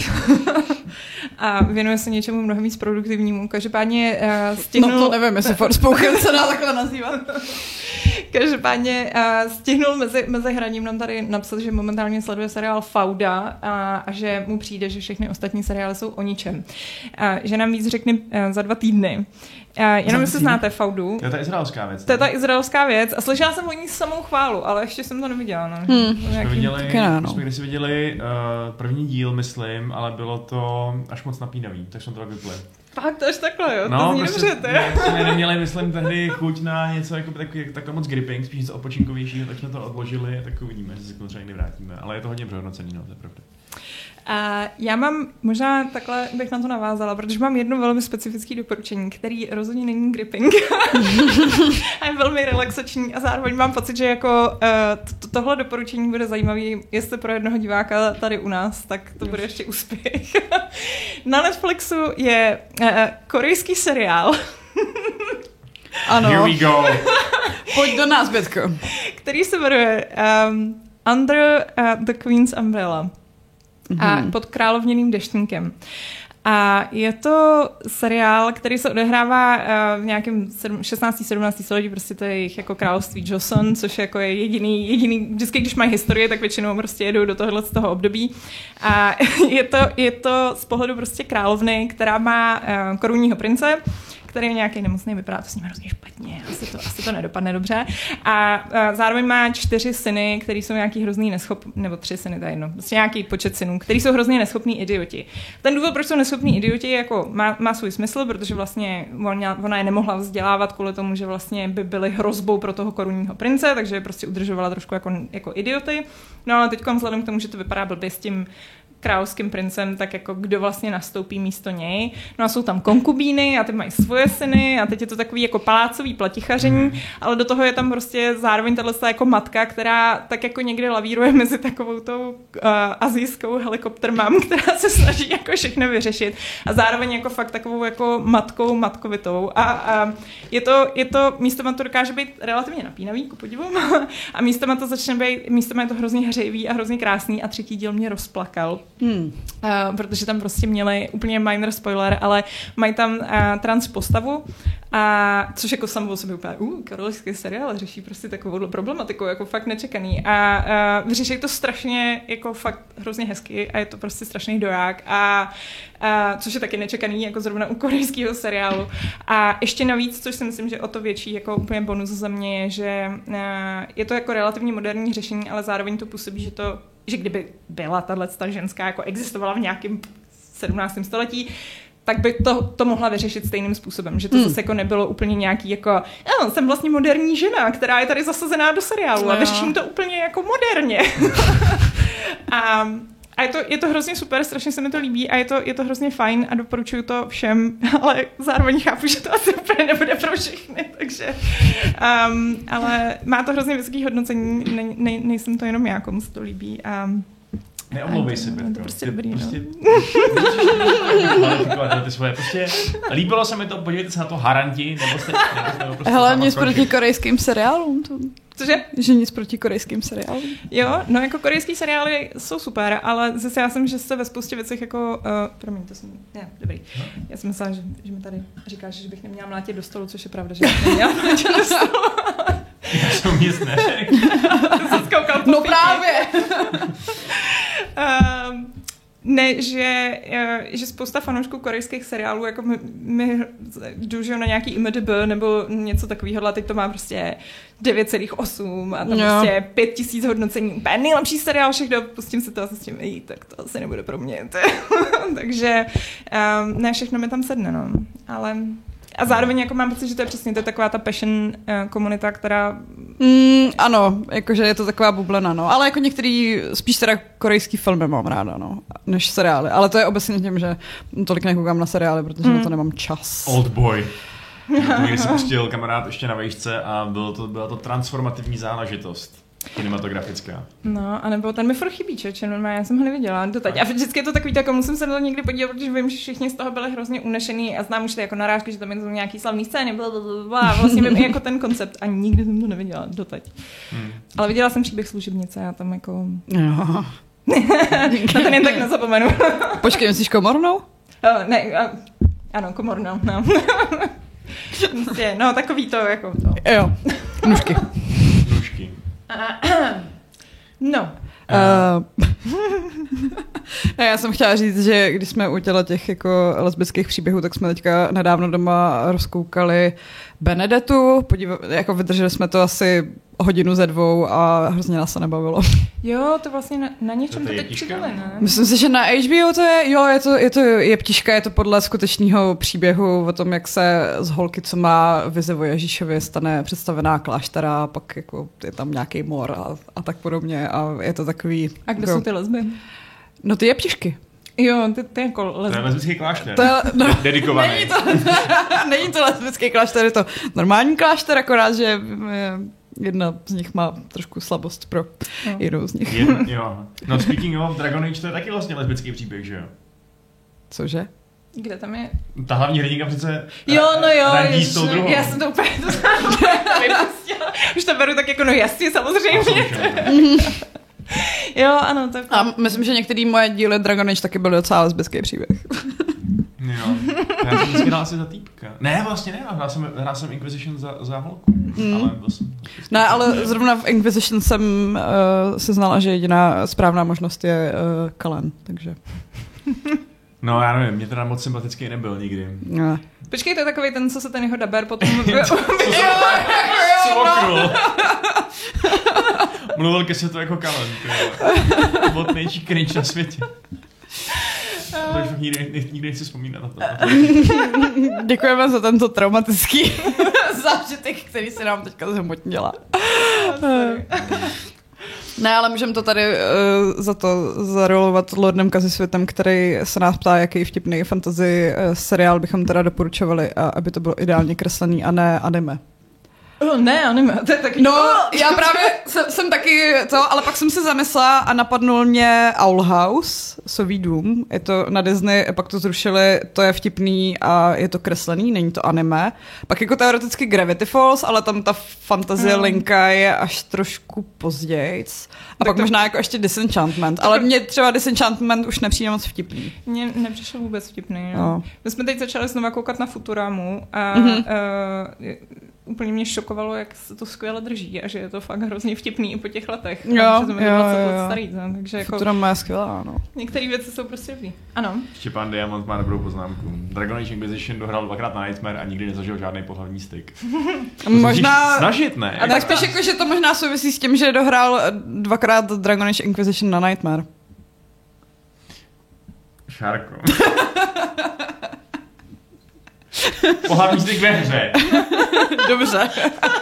A věnuje se něčemu mnohem víc produktivnímu. Každopádně stihnul... No to nevím, jestli Forspoken se dá takhle nazývat. Každopádně uh, stihnul mezi, mezi hraním nám tady napsat, že momentálně sleduje seriál Fauda a, a že mu přijde, že všechny ostatní seriály jsou o ničem. A že nám víc řekne uh, za dva týdny. Uh, jenom jestli znáte Faudu. To je ta izraelská věc. To je ta izraelská věc a slyšela jsem o ní samou chválu, ale ještě jsem to neviděla. No. Hmm. Jsme viděli, no. jsme kdysi viděli uh, první díl, myslím, ale bylo to až moc napínavý, tak jsme to tak vypli. Fakt, to až takhle, jo? No, to zní prostě, dobře, ty. jsme neměli, myslím, tehdy chuť na něco jako takový, takhle moc gripping, spíš něco odpočinkovějšího, tak jsme to odložili, tak uvidíme, že se k tomu třeba někdy vrátíme. Ale je to hodně přehodnocený, no, to je pravda. A já mám, možná takhle bych na to navázala, protože mám jedno velmi specifické doporučení, který rozhodně není gripping. A je velmi relaxační a zároveň mám pocit, že jako uh, to, tohle doporučení bude zajímavý, jestli pro jednoho diváka tady u nás, tak to bude ještě úspěch. Na Netflixu je uh, korejský seriál. Ano. Here we go. Pojď do nás, Bětko. Který se jmenuje um, Under uh, the Queen's Umbrella. A pod královněným deštníkem. A je to seriál, který se odehrává uh, v nějakém šestnáctém sedmnáctém století, prostě to je jejich jako království Joseon, což jako je jediný, jediný, vždycky, když mají historie, tak většinou prostě jedou do tohohle z toho období. A je to, je to z pohledu prostě královny, která má uh, korunního prince, který je nějaký nemocný, vypadá to s ním hrozně špatně, asi to, asi to nedopadne dobře. A, a zároveň má čtyři syny, který jsou nějaký hrozný neschopný, nebo tři syny, to je jedno, prostě nějaký počet synů, který jsou hrozně neschopní idioti. Ten důvod, proč jsou neschopní idioti, jako má, má svůj smysl, protože vlastně ona, ona je nemohla vzdělávat kvůli tomu, že vlastně by byly hrozbou pro toho korunního prince, takže je prostě udržovala trošku jako, jako idioty. No ale teď vzhledem k tomu, že to vypadá blbě s tím královským princem, tak jako kdo vlastně nastoupí místo něj. No a jsou tam konkubíny a ty mají svoje syny a teď je to takový jako palácový platichaření, ale do toho je tam prostě zároveň tato jako matka, která tak jako někde lavíruje mezi takovou tou uh, asijskou helikoptermám, která se snaží jako všechno vyřešit a zároveň jako fakt takovou jako matkou matkovitou. A, a je to, je to místama to dokáže být relativně napínavý, ku podivu, a místama to začne být, místama je to hrozně hřejivý a hrozně krásný a třetí díl mě rozplakal. Hmm. Uh, protože tam prostě měli úplně minor spoiler, ale mají tam uh, trans postavu, a což jako samo o sobě úplně, uh, karolský seriál řeší prostě takovou problematiku, jako fakt nečekaný. A uh, vyřeší to strašně, jako fakt hrozně hezky a je to prostě strašný doják. A uh, což je taky nečekaný, jako zrovna u korejského seriálu. A ještě navíc, což si myslím, že o to větší jako úplně bonus za mě je, že uh, je to jako relativně moderní řešení, ale zároveň to působí, že to že kdyby byla tato ženská, jako existovala v nějakém sedmnáctém století, tak by to, to mohla vyřešit stejným způsobem, že to hmm. zase jako nebylo úplně nějaký jako, já jsem vlastně moderní žena, která je tady zasazená do seriálu no. a vyřeším to úplně jako moderně. a A je to, je to hrozně super, strašně se mi to líbí a je to, je to hrozně fajn a doporučuju to všem, ale zároveň chápu, že to asi úplně nebude pro všechny, takže um, ale má to hrozně vysoké hodnocení, ne, ne, nejsem to jenom já, komu se to líbí a neomlouvej si, Bětko. Je to prostě dobrý, prostě, no. Ty svoje, prostě líbilo se mi to, podívejte se na to Haranti, nebo jste, nebo jste prostě hele, nic proti korejským seriálům. To... Cože? Že nic proti korejským seriálům. Jo, no jako korejský seriály jsou super, ale zase já jsem, že se ve spoustě věcech jako, uh, promiň, to jsem, ne, dobrý. Já jsem myslela, že, že mi tady říkáš, že bych neměla mlátit do stolu, což je pravda, že bych neměla mlátit do stolu. Já jsem nic neřekl. No právě. um, ne, že, že spousta fanoušků korejských seriálů jako my, my jdou na nějaký I M D B nebo něco takového, a teď to má prostě devět celá osm a tam no. prostě pět tisíc hodnocení. Úplně nejlepší seriál všech dob, pustím si to a s tím, ej, tak to asi nebude pro mě. Takže um, ne, všechno mi tam sedne, no. Ale... A zároveň jako mám pocit, že to je přesně to je taková ta passion uh, komunita, která... Mm, ano, jakože je to taková bublina, no. Ale jako některý, spíš teda korejský filmy mám ráda, no, než seriály. Ale to je obecně tím, že tolik nekoukám na seriály, protože mm. na to nemám čas. Old boy. To někdy si pustil kamarád ještě na vejšce a bylo to, byla to transformativní záležitost. Kinematografická. No, anebo ten mi furt chybí, čeče, normálně, já jsem ho neviděla doteď. A vždycky je to takový, jako musím se na to někdy podívat, protože vím, že všichni z toho byli hrozně unešený a znám už ty jako narážky, že tam jsou nějaký slavný scény, blablabla, vlastně vím i jako ten koncept a nikdy jsem to neviděla doteď. Hmm. Ale viděla jsem Příběh služebnice a tam jako... Jo. Na ten jen tak nezapomenu. Počkej, myslíš Komornou? Uh, ne, uh, ano, Komornou, no. Prostě, no, takový to, jako to. Jo, nůžky. Nůžky. No. Uh, ne, já jsem chtěla říct, že když jsme u těla těch jako lesbických příběhů, tak jsme teďka nedávno doma rozkoukali Benedettu, podíva, jako vydrželi jsme to asi hodinu ze dvou a hrozně nás se nebavilo. Jo, to vlastně na, na něčem to, to teď přidali, ne? Myslím si, že na H B O to je, jo, je to, je to jeptiška, je to podle skutečného příběhu o tom, jak se z holky, co má vizi o Ježíšovi, stane představená kláštera a pak jako je tam nějaký mor a, a tak podobně a je to takový... A kde jako, jsou ty lesby? No ty jeptišky. Jo, ty, ty jako lesby. To je lesbický klášter. To je, no, dedikovaný. Není to, není to lesbický klášter, je to normální klášter, akorát, že jedna z nich má trošku slabost pro no. jinou z nich. Jedn, jo. No speaking of Dragon Age, to je taky vlastně lesbický příběh, že jo? Cože? Kde tam je? Ta hlavní hrdinka přece jo, no jo, randí s tou druhou. Já jsem to úplně to vypustila. Už to beru tak jako, no jasně, samozřejmě. Jo, ano. Tak... A myslím, že některý moje díly Dragon Age taky byly docela lesbický příběh. Jo, já jsem vždycky dal asi za týpka. Ne, vlastně ne, hrál jsem, hrál jsem Inquisition za, za holku, mm. ale byl jsem... Ne, ale zrovna v Inquisition jsem uh, se znala, že jediná správná možnost je uh, Kalen, takže... No já nevím, mě teda moc sympatický nebyl nikdy. Ne. Počkej, to je takový ten, co se ten jeho daber potom... Svoknul. Mluvil ke světu jako Kalen, to byl největší cringe na světě. To už nikdy, nikdy nechci vzpomínat na to. Děkujeme za tento traumatický zážitek, který se nám teďka zhmotnila. Ne, ale můžeme to tady uh, za to zarolovat Lordem Kazisvětem, který se nás ptá, jaký vtipný fantasy uh, seriál bychom teda doporučovali, a aby to bylo ideálně kreslený a ne anime. Oh, ne, anime, to je taky... No, já právě jsem, jsem taky to, ale pak jsem se zamyslela a napadnul mě Owl House, Sový dům, je to na Disney, pak to zrušili, to je vtipný a je to kreslený, není to anime. Pak jako teoreticky Gravity Falls, ale tam ta fantazie mm. linka je až trošku pozdějc. A tak pak to... možná jako ještě Disenchantment, ale mně třeba Disenchantment už nepřijde moc vtipný. Mně nepřišel vůbec vtipný. No. No. My jsme teď začali znova koukat na Futuramu a mm-hmm. uh, úplně mě šokovalo, jak se to skvěle drží a že je to fakt hrozně vtipný i po těch letech. Jo, a že to je dvacet jo, let jo. starý. No, takže jako Futurama je skvělá, no. některé věci jsou prostě dobrý. Ano. Štěpán Diamant má dobrou poznámku. Dragon Age Inquisition dohrál dvakrát na Nightmare a nikdy nezažil žádný pohlavní styk. Možná... Snažit, ne? A tak spíš jako, že to možná souvisí s tím, že dohrál dvakrát Dragon Age Inquisition na Nightmare. Šárko. Pohlavní styk ve hře. Dobře.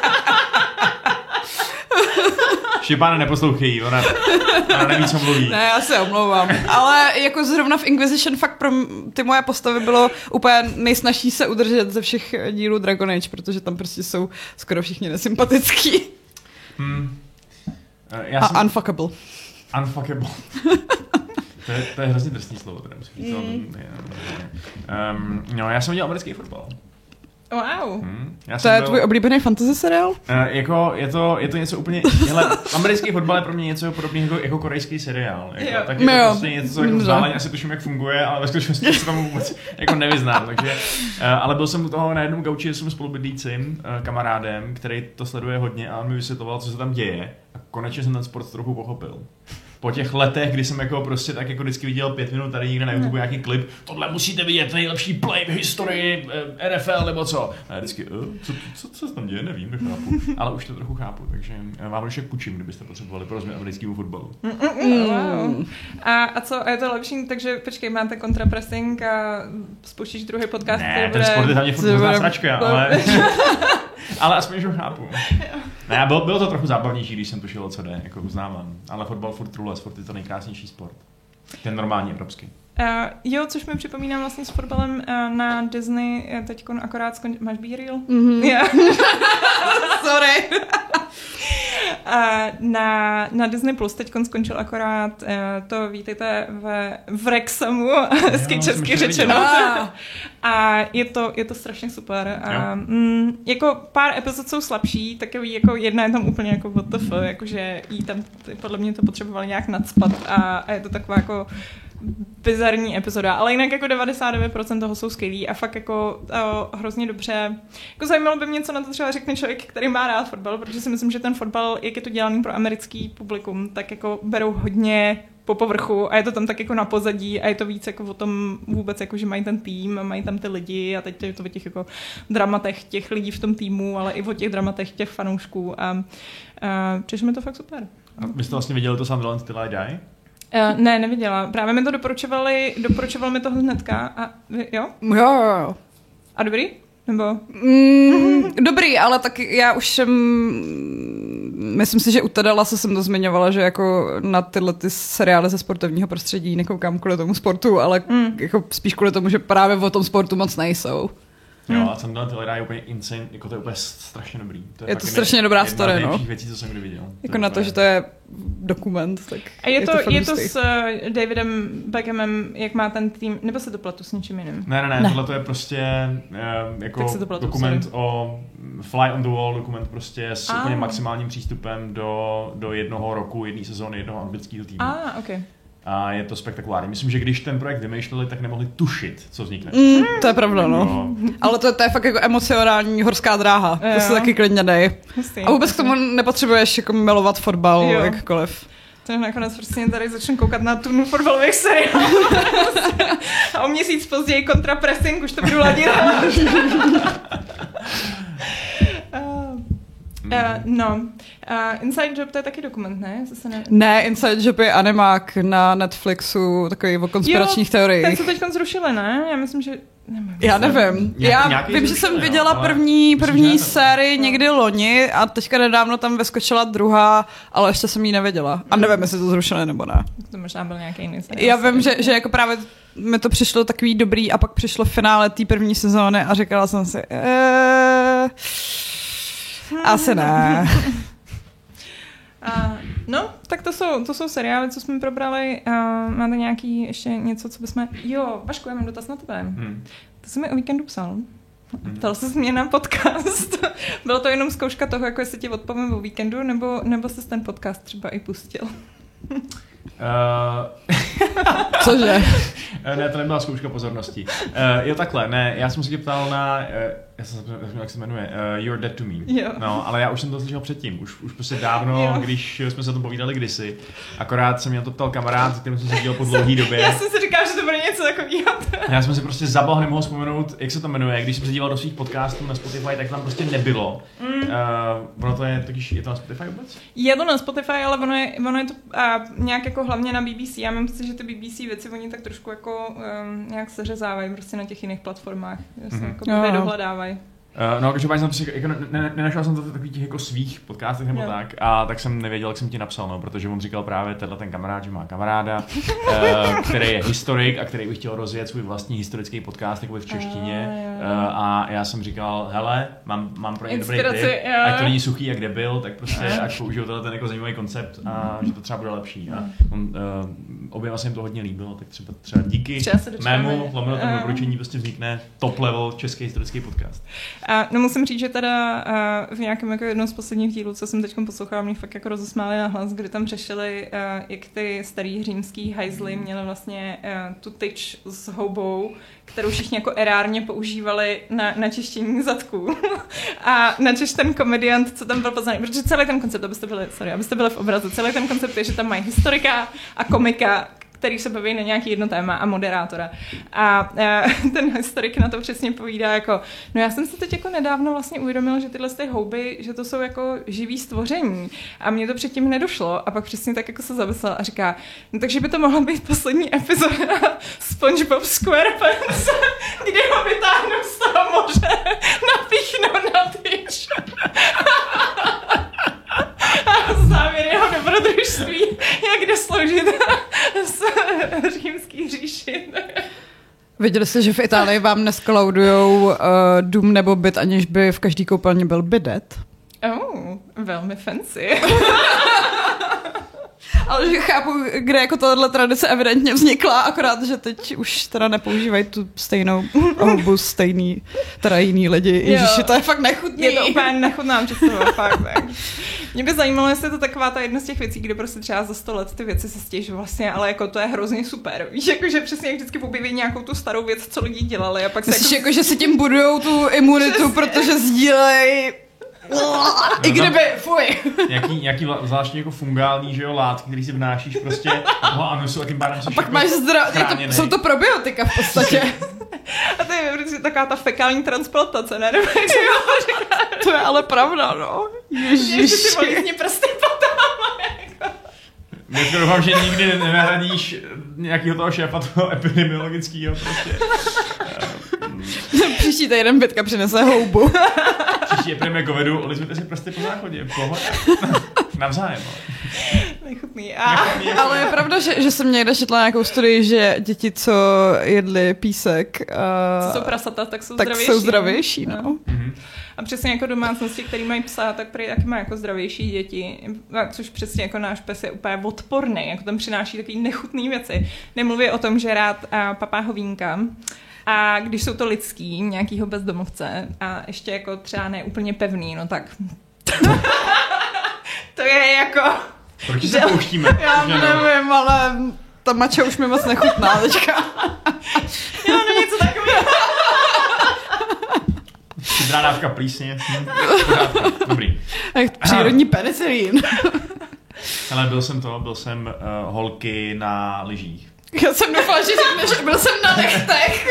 Štěpáne, neposlouchej, ona, ona neví, co mluví. Ne, já se omlouvám. Ale jako zrovna v Inquisition fakt pro ty moje postavy bylo úplně nejsnažší se udržet ze všech dílů Dragon Age, protože tam prostě jsou skoro všichni nesympatický. Hmm. Já A jsem... unfuckable. Unfuckable. To je, to je hrozně drsný slovo, teda musím říct. Mm. Um, no, já jsem dělal americký fotbal. Wow. Hmm, já To je byl, tvůj oblíbený fantasy seriál? Uh, jako, je, to, je to něco úplně... Hele, americký fotbal je pro mě něco podobného jako, jako korejský seriál. Jako, tak je to jo. prostě něco, co jako vzdáleně asi tuším, jak funguje, ale ve skutečnosti se tomu vůbec jako nevyznám. Takže, uh, ale byl jsem u toho na jednom gauči, jsem spolubydlícím, uh, kamarádem, který to sleduje hodně a on mi vysvětloval, co se tam děje. A konečně jsem ten sport trochu pochopil. Po těch letech, kdy jsem jako prostě tak jako vždycky viděl pět minut tady někde na YouTube nějaký klip, tohle musíte vidět, nejlepší play v historii N F L nebo co. A já vždycky, co, co, co se tam děje, nevím, nechápu. Ale už to trochu chápu, takže vám ještě půjčím, kdybyste potřebovali porozumět americkému fotbalu. Mm, wow. A, a co, a je to lepší, takže počkej, máte kontrapressing a spouštíš druhý podcast, Ne, který ten bude... sport je tam mě furt hrozná sračka, ale... ale aspoň, že ho chápu. Ne, bylo, bylo to trochu zábavnější, když jsem tušil, o co jde, jako uznávám. Ale fotbal furt trule, sport je to nejkrásnější sport. Ten normální evropský. Uh, jo, což mi připomínám vlastně s fotbalem uh, na Disney, teď akorát skončil... Máš B-Reel? Mm-hmm. Yeah. Sorry. uh, na, na Disney Plus teď skončil akorát, uh, to vítejte ve, v Rexamu, hezky česky řečeno. Ah. A je to, je to strašně super. A, mm, jako pár epizod jsou slabší, takový jako jedna je tam úplně jako W T F, jakože jí tam podle mě to potřebovali nějak nacpat a, a je to taková jako bizarní epizoda, ale jinak jako devadesát devět procent toho jsou skvělý a fakt jako uh, hrozně dobře. Jako zajímalo by mě, co na to třeba řekne člověk, který má rád fotbal, protože si myslím, že ten fotbal, jak je to dělaný pro americký publikum, tak jako berou hodně po povrchu a je to tam tak jako na pozadí a je to víc jako o tom vůbec, jako že mají ten tým, mají tam ty lidi a teď je to o těch jako dramatech těch lidí v tom týmu, ale i o těch dramatech těch fanoušků a, a přišlo mi to fakt super. A vy jste vlastně viděli to Sunderland Till I Die? Uh, ne, neviděla. Právě mi to doporučovali, doporučoval mi to hnedka a jo? Jo, jo, jo. A dobrý? Nebo? Mm, dobrý, ale tak já už jsem, myslím si, že u Tedala se jsem to zmiňovala, že jako na tyhle ty seriály ze sportovního prostředí nekoukám kvůli tomu sportu, ale mm. jako spíš kvůli tomu, že právě o tom sportu moc nejsou. Jo, a Sunderland Till I Die je úplně insane, jako to je úplně strašně dobrý. To je, je to strašně dobrá story, no. Jedna z nejlepších věcí, co jsem kdy viděl. Jako na to, že to je dokument, tak a je, je to, to, je to s uh, Davidem Beckhamem, jak má ten tým, nebo se to pletu s něčím jiným? Ne, ne, ne, ne. Tohle to je prostě uh, jako pletu, dokument sorry. o Fly on the Wall, dokument prostě s ah. úplně maximálním přístupem do, do jednoho roku, jedné sezóny, jednoho anglického týmu. Ah, okay. A je to spektakulární. Myslím, že když ten projekt vymýšleli, tak nemohli tušit, co vznikne. Mm, to je pravda, no. no. Ale to, to je fakt jako emocionální horská dráha. Jo. To se taky klidně dej. Hustý, a vůbec hustý. K tomu nepotřebuješ jako milovat fotbal, jo. Jakkoliv. To nakonec prostě tady začnu koukat na turnu fotbalových seriálů. A o měsíc později kontrapressing, už to budu ladit. Uh, no, uh, Inside Job to je taky dokument, ne? Se ne... ne, Inside Job je animák na Netflixu, takový o konspiračních teoriích. Jo, ten se teď zrušili, ne? Já myslím, že... Nevím. Já nevím. Nějaký, Já vím, že jsem zrušili, viděla no, první, první sérii někdy loni a teďka nedávno tam vyskočila druhá, ale ještě jsem ji nevěděla. A nevím, jestli to zrušili nebo ne. To možná byl nějaký jiný seriál. Já vím, že, že jako právě mi to přišlo takový dobrý a pak přišlo finále té první sezóny a říkala jsem si... Eee... Asi ne. Uh, no, tak to jsou, to jsou seriály, co jsme probrali. Uh, máte nějaký ještě něco, co bychom... Jo, Vašku, já mám dotaz na tebe. Hmm. To jsi mi o víkendu psal. Hmm. Ptal jsi mě na podcast. Bylo to jenom zkouška toho, jako jestli ti odpovím o víkendu, nebo, nebo jsi ten podcast třeba i pustil? Uh... Cože? Ne, to nebyla zkouška pozornosti. Uh, jo, takhle, ne, já jsem se tě ptal na, uh, já jsem se jak se jmenuje, uh, You're Dead to Me. Jo. No, ale já už jsem to slyšel předtím, už, už prostě dávno, jo. Když jsme se o tom povídali kdysi. Akorát se mě na to ptal kamarád, s kterým jsem se viděl po dlouhý době. Já jsem si říkal, že to bude něco takového. Já jsem si prostě zabal, nemohl vzpomenout, jak se to jmenuje. Když jsem se díval do svých podcastů na Spotify, tak tam prostě nebylo. Mm. Uh, ono to je, totiž, je to na Spotify vůbec? Je to na Spotify, ale ono je, ono je to uh, nějak jako hlavně na B B C. Já mám pocit, že ty B B C věci oni tak trošku jako um, nějak seřezávají prostě na těch jiných platformách. Že se mm-hmm. jako no. dohledávají. Uh, no, každopádně jsem si, jako, ne, ne, nenašel jsem to v takových těch jako svých podcastech nebo jo. tak, a tak jsem nevěděl, jak jsem ti napsal, no, protože on říkal právě tenhle ten kamarád, že má kamaráda, uh, který je historik a který by chtěl rozjet svůj vlastní historický podcast jako v češtině, uh, a já jsem říkal, hele, mám, mám pro ně dobrý tip, ať to není suchý, jak debil, tak prostě ať použiju tenhle ten jako zajímavý koncept a že to třeba bude lepší. A on, uh, oběma se jim to hodně líbilo, tak třeba, třeba díky mému lomeno tomu doporučení prostě vznikne top level český historický podcast. A no musím říct, že teda uh, v nějakém jako jednom z posledních dílů, co jsem teď poslouchala, mě fakt jako rozesmáli na hlas, kdy tam řešili, uh, jak ty starý římský hajzly měly vlastně uh, tu tyč s houbou, kterou všichni jako erárně používali na, na čištění zadků. A načež ten komediant, co tam byl poznaný, protože celý ten koncept, abyste byli, sorry, abyste byli v obrazu, celý ten koncept je, že tam mají historika a komika, který se baví na nějaký jedno téma a moderátora. A uh, ten historik na to přesně povídá jako, no já jsem se teď jako nedávno vlastně uvědomil, že tyhle ty houby, že to jsou jako živý stvoření. A mně to předtím nedošlo. A pak přesně tak jako se zamyslel a říká, no takže by to mohla být poslední epizoda SpongeBob SquarePants, kde ho vytáhnou z toho moře, napíchnou na tyč. A závěr jeho dobrodružství, jak jde sloužit z římský říši. Viděli jste, že v Itálii vám neskalaudujou uh, dům nebo byt, aniž by v každý koupelně byl bidet? Oh, velmi fancy. Ale že chápu, kde jako tohle tradice evidentně vznikla, akorát, že teď už teda nepoužívají tu stejnou houbu, stejný, teda jiný lidi. Ježiši, to je fakt nechutný. Je to úplně nechutná představa, fakt. Tak. Mě by zajímalo, jestli je to taková ta jedna z těch věcí, kde prostě třeba za sto let ty věci se stěží vlastně, ale jako to je hrozně super. Víš, jako že přesně jak vždycky objeví nějakou tu starou věc, co lidi dělali a pak se Myslíš, jako... jako, že si tím budujou tu imunitu, přesně. Protože sdílej... I kdyby, fuj. Nějaký, nějaký zvláštní jako fungální, že jo, látky, který si vnášíš prostě a toho anusu a tím pádem a pak jako máš zdrav... to, jsou to probiotika v podstatě. A to je prostě taková ta fekální transplantace, ne? To je ale pravda, no. Ježiši. Ještě si volízní prsty potom. Já doufám, že nikdy nenahradíš nějakého toho šéfa toho epidemiologického prostě. Příští týden Bětka přinese houbu. Příští epidemie covidu, olizujte si prsty po záchodě. Pohoda. Navzájem. Nechutný. Nechutný ale je pravda, že, že jsem někde četla nějakou studii, že děti, co jedli písek, co jsou prasata, tak jsou tak zdravější. jsou zdravější, no. no. Mm-hmm. A přesně jako domácnosti, který mají psa, tak prý taky má jako zdravější děti, což přesně jako náš pes je úplně odporný, jako tam přináší takový nechutný věci. Nemluví o tom, že rád a papá hovínka. A když jsou to lidský, nějakýho bezdomovce a ještě jako třeba ne úplně pevný, no tak to je jako... Proč se pouštíme? Já nevím, ale ta mača už mi moc nechutná teďka. Jo, no něco takového. Chytrá dávka plísně. Hm. Dobrý. Přírodní penicilín. Ale byl jsem to, byl jsem uh, holky na lyžích. Já jsem doufala, že řekneš, byl jsem na nechtech.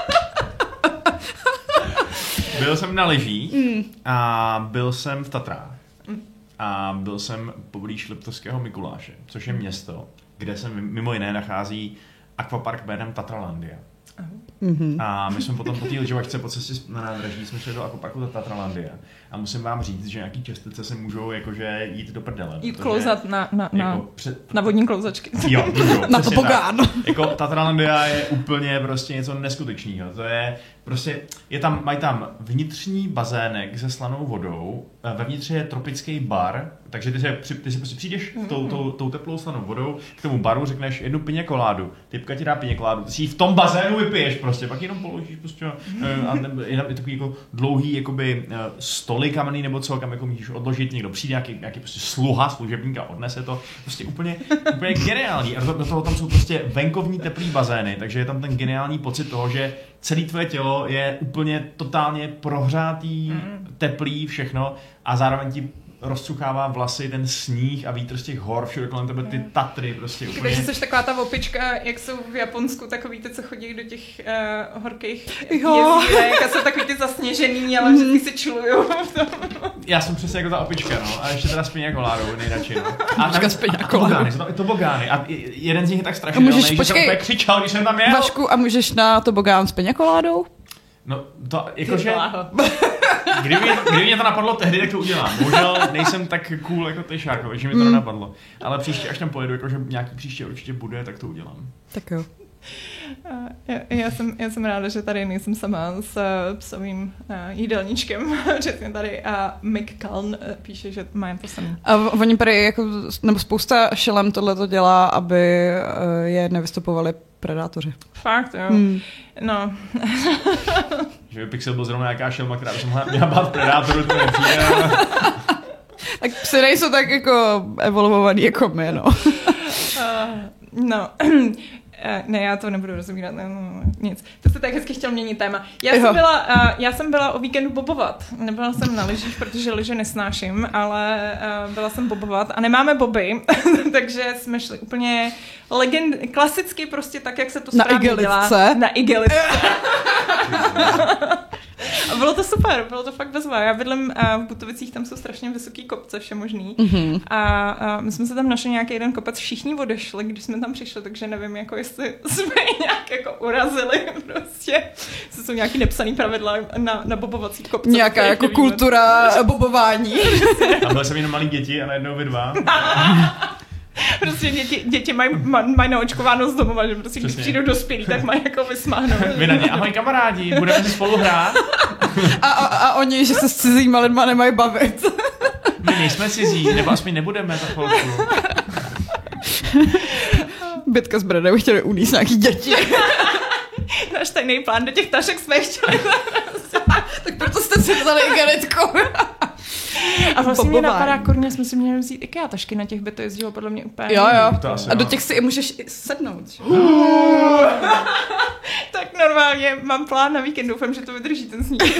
Byl jsem na lyžích mm. a byl jsem v Tatrách. Mm. A byl jsem poblíž Liptovského Mikuláše, což je město, kde se mimo jiné nachází akvapark jménem Tatralandia. Mm-hmm. A my jsme potom po té lyžovačce po cestě na nádraží jsme šli do akvaparku Tatralandia. A musím vám říct, že nějaký čestice se můžou jakože jít do prdele. Jít klouzat na, na, jako na, před... na vodní klouzačky. Jo, jo, na tobogán. Jako Tatralandia je úplně prostě něco neskutečného. To je prostě, je tam, mají tam vnitřní bazének se slanou vodou, vevnitř je tropický bar, takže ty, se, ty si prostě přijdeš mm-hmm. tou, tou, tou teplou slanou vodou k tomu baru, řekneš jednu pině koládu, typka ti dá pině koládu, ty si ji v tom bazénu vypiješ prostě, pak jenom položíš prostě mm-hmm. a ne, je tam je takový jako dlouhý jakoby stoly kamenný nebo co, kam jako můžeš odložit, někdo přijde, nějaký, nějaký prostě sluha, služebník a odnese to, prostě úplně, úplně geniální a do, do toho tam jsou prostě venkovní teplý bazény, takže je tam ten geniální pocit toho, že celé tvoje tělo je úplně totálně prohřátý, mm. teplý, všechno a zároveň ti rozcuchává vlasy, ten sníh a vítr z těch hor, všude kolem tebe ty Tatry prostě úplně. Takže jsi taková ta opička, jak jsou v Japonsku, takový ty, co chodí do těch uh, horkých jezdírek a jsou takový ty zasněžený, ale vždycky si čilujou v tom. Já jsem přesně jako ta opička, no, a ještě teda s piňakoládou nejradši, no. A opička s piňakoládou. Jsou to tobogány a jeden z nich je tak strašidelný, že jsem úplně křičel, když jsem tam jel. Vašku, a můžeš na tobogán s piňakoládou? No, to jakože... Kdyby mě, kdyby mě to napadlo tehdy, tak to udělám. Bohužel nejsem tak cool jako ty Šárko, že mi to mm. nenapadlo. Ale příště, až tam pojedu, jakože nějaký příště určitě bude, tak to udělám. Tak jo. Já, já, jsem, já jsem ráda, že tady nejsem sama s uh, psovým uh, jídelníčkem. Přesně tady a Mick Kaln uh, píše, že mají to samý. A oni tady jako, nebo spousta šelem tohle to dělá, aby uh, je nevystupovali predátoři. Fakt, jo. Hmm. No. Že by Pixel byl zrovna nějaká šelma, která by se mohla měla bát predátoru, to nepřijde. Tak psy nejsou tak jako evolvovaný jako my, no. uh, no. Ne, já to nebudu rozumírat, ne, no, nic. To jste tak hezky chtěl měnit téma. Já jsem, byla, uh, já jsem byla o víkendu bobovat. Nebyla jsem na lyžích, protože lyže nesnáším, ale uh, byla jsem bobovat a nemáme boby, takže jsme šli úplně legend, klasicky prostě tak, jak se to správně dělá. Na igelitce. A bylo to super, bylo to fakt bezva. Já bydlím uh, v Butovicích, tam jsou strašně vysoký kopce, vše možný. Mm-hmm. A, a my jsme se tam našli nějaký jeden kopec, všichni odešli, když jsme tam přišli, takže nevím, jako jestli jsme nějak jako urazili prostě. To jsou nějaký nepsaný pravidla na, na bobovací kopce. Nějaká jako nevíme. Kultura bobování. Tam byly jsem jenom malí děti a najednou vy dva. Prostě děti, děti mají, mají naočkováno z domova, že prostě když přijdou dospělí, tak mají jako vysmáhnout. Vy na ně, ahoj kamarádi, budeme si spolu hrát. A, a, a oni, že se s cizíma lidma nemají bavit. My nejsme cizí, nebo aspoň nebudeme za chvilku. Bytka s Bradem chtěli uníst nějaký děti. Náš tajný plán do těch tašek jsme chtěli. Tak proto jste si vzali igelitku. A vlastně mě napadá, kurně jsme si měli vzít IKEA tašky, na těch by to jezdilo podle mě úplně. Jo, jo. A do těch si i můžeš sednout. Uh. Tak normálně mám plán na víkend, doufám, že to vydrží ten sníh.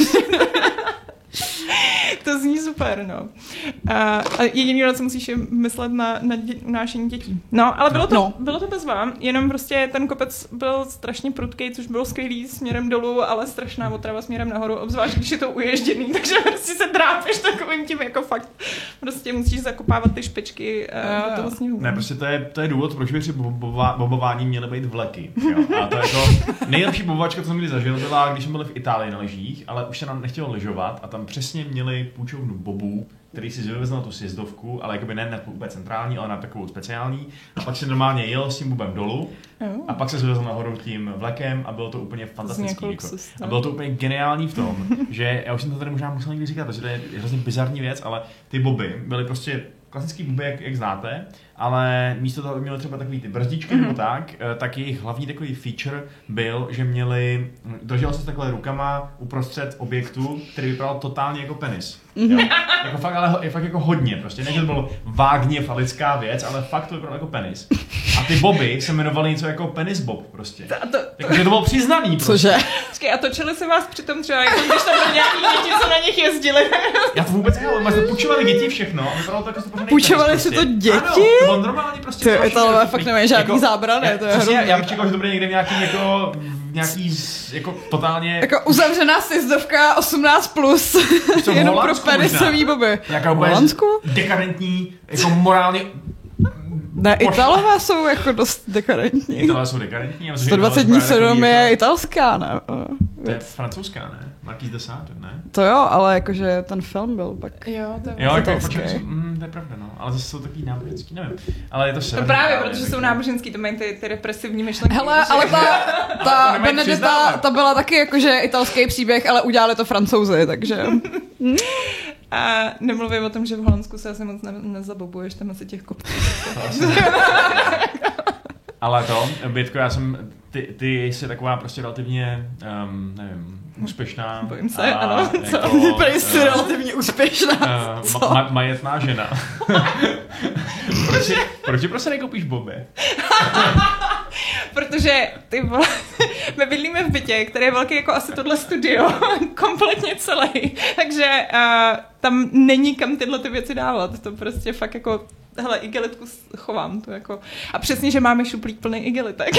To zní super, no. A, a jediný, na co musíš je myslet na, na dě, unášení dětí. No, ale bylo to, no. bylo to bezva, jenom prostě ten kopec byl strašně prudký, což bylo skvělý směrem dolů, ale strašná otrava směrem nahoru, obzvlášť když je to uježděný, takže prostě se drápeš takovým tím, jako fakt prostě musíš zakopávat ty špičky uh, do toho sněhu. Ne, prostě to je, to je důvod, proč by při bobova, bobování měly být vleky. Jo? A to je jako nejlepší bobovačka, co jsem kdy zažil, byla, když jsme byli v Itálii na lyžích, ale už se nám nechtělo lyžovat a tam přesně měli půjčovnu bobů, který si vyvezl na tu sjezdovku, ale jakoby ne na úplně centrální, ale na takovou speciální. A pak se normálně jel s tím bobem dolů a pak se zvezl nahoru tím vlekem a bylo to úplně fantastický. Jako. A bylo to úplně geniální v tom, že já už jsem to tady možná musel někdy říkat, protože to je hrozně bizarní věc, ale ty boby byly prostě klasický boby, jak, jak znáte, ale místo toho, aby měli třeba takový ty brzdičky mm-hmm. nebo tak, tak jejich hlavní takový feature byl, že měli, držel se takhle rukama uprostřed objektu, který vypadal totálně jako penis. Mm-hmm. Jako fakt, ale fakt jako hodně, prostě ne, že to bylo vágně falická věc, ale fakt to vypadalo jako penis. A ty boby se jmenovaly něco jako penis bob prostě. Takže to bylo přiznaný prostě. Cože? A točili se vás přitom třeba, jako když tam byly nějaký děti, co na nich jezdili. Já to vůbec nevím, máš to půjčovali děti všechno, vypadalo to jako to půjčovali si to děti? Ano, to bylo normálně prostě. Ty Italové fakt nemají žádný jako, zábrany, to je hrozný. Já bych čekal, že to bude někde nějaký jako, nějaký jako totálně... Jako uzavřená sjezdovka osmnáct plus, jenom pro penisový boby. Nějaká úplně dekadentní, jako morálně Ne, Italové jsou jako dost dekadentní. Italové jsou dekadentní? sto dvacet dní sedm je italská, ne? To je francouzská, ne? Marquise de Sade, ne? To jo, ale jakože ten film byl pak Jo, to je Jo, jako, italský. mm, to je pravda, no. Ale zase jsou takový náboženský, nevím. Ale je to se. No právě, protože jsou náboženský, to mají ty, ty represivní myšlenky. Hele, ale ta, To ta nemají Benedetta, přiznávat. ta byla taky jakože italský příběh, ale udělali to Francouzi, takže... A nemluvím o tom, že v Holandsku se asi moc ne, nezabobuješ tam asi těch kopců. Ale to, Bětko, já jsem, ty, ty jsi taková prostě relativně, um, nevím, úspěšná. Bojím se, ano, co? Ty prý jsi relativně úspěšná. Uh, ma, ma, majetná žena. proč, si, proč si prostě nekoupíš boby? Protože ty vole, my bydlíme v bytě, který je velký jako asi tohle studio, kompletně celý, takže uh, tam není kam tyhle ty věci dávat, to prostě fakt jako, hele, igelitku chovám, to jako, a přesně, že máme šuplík plný igelitek,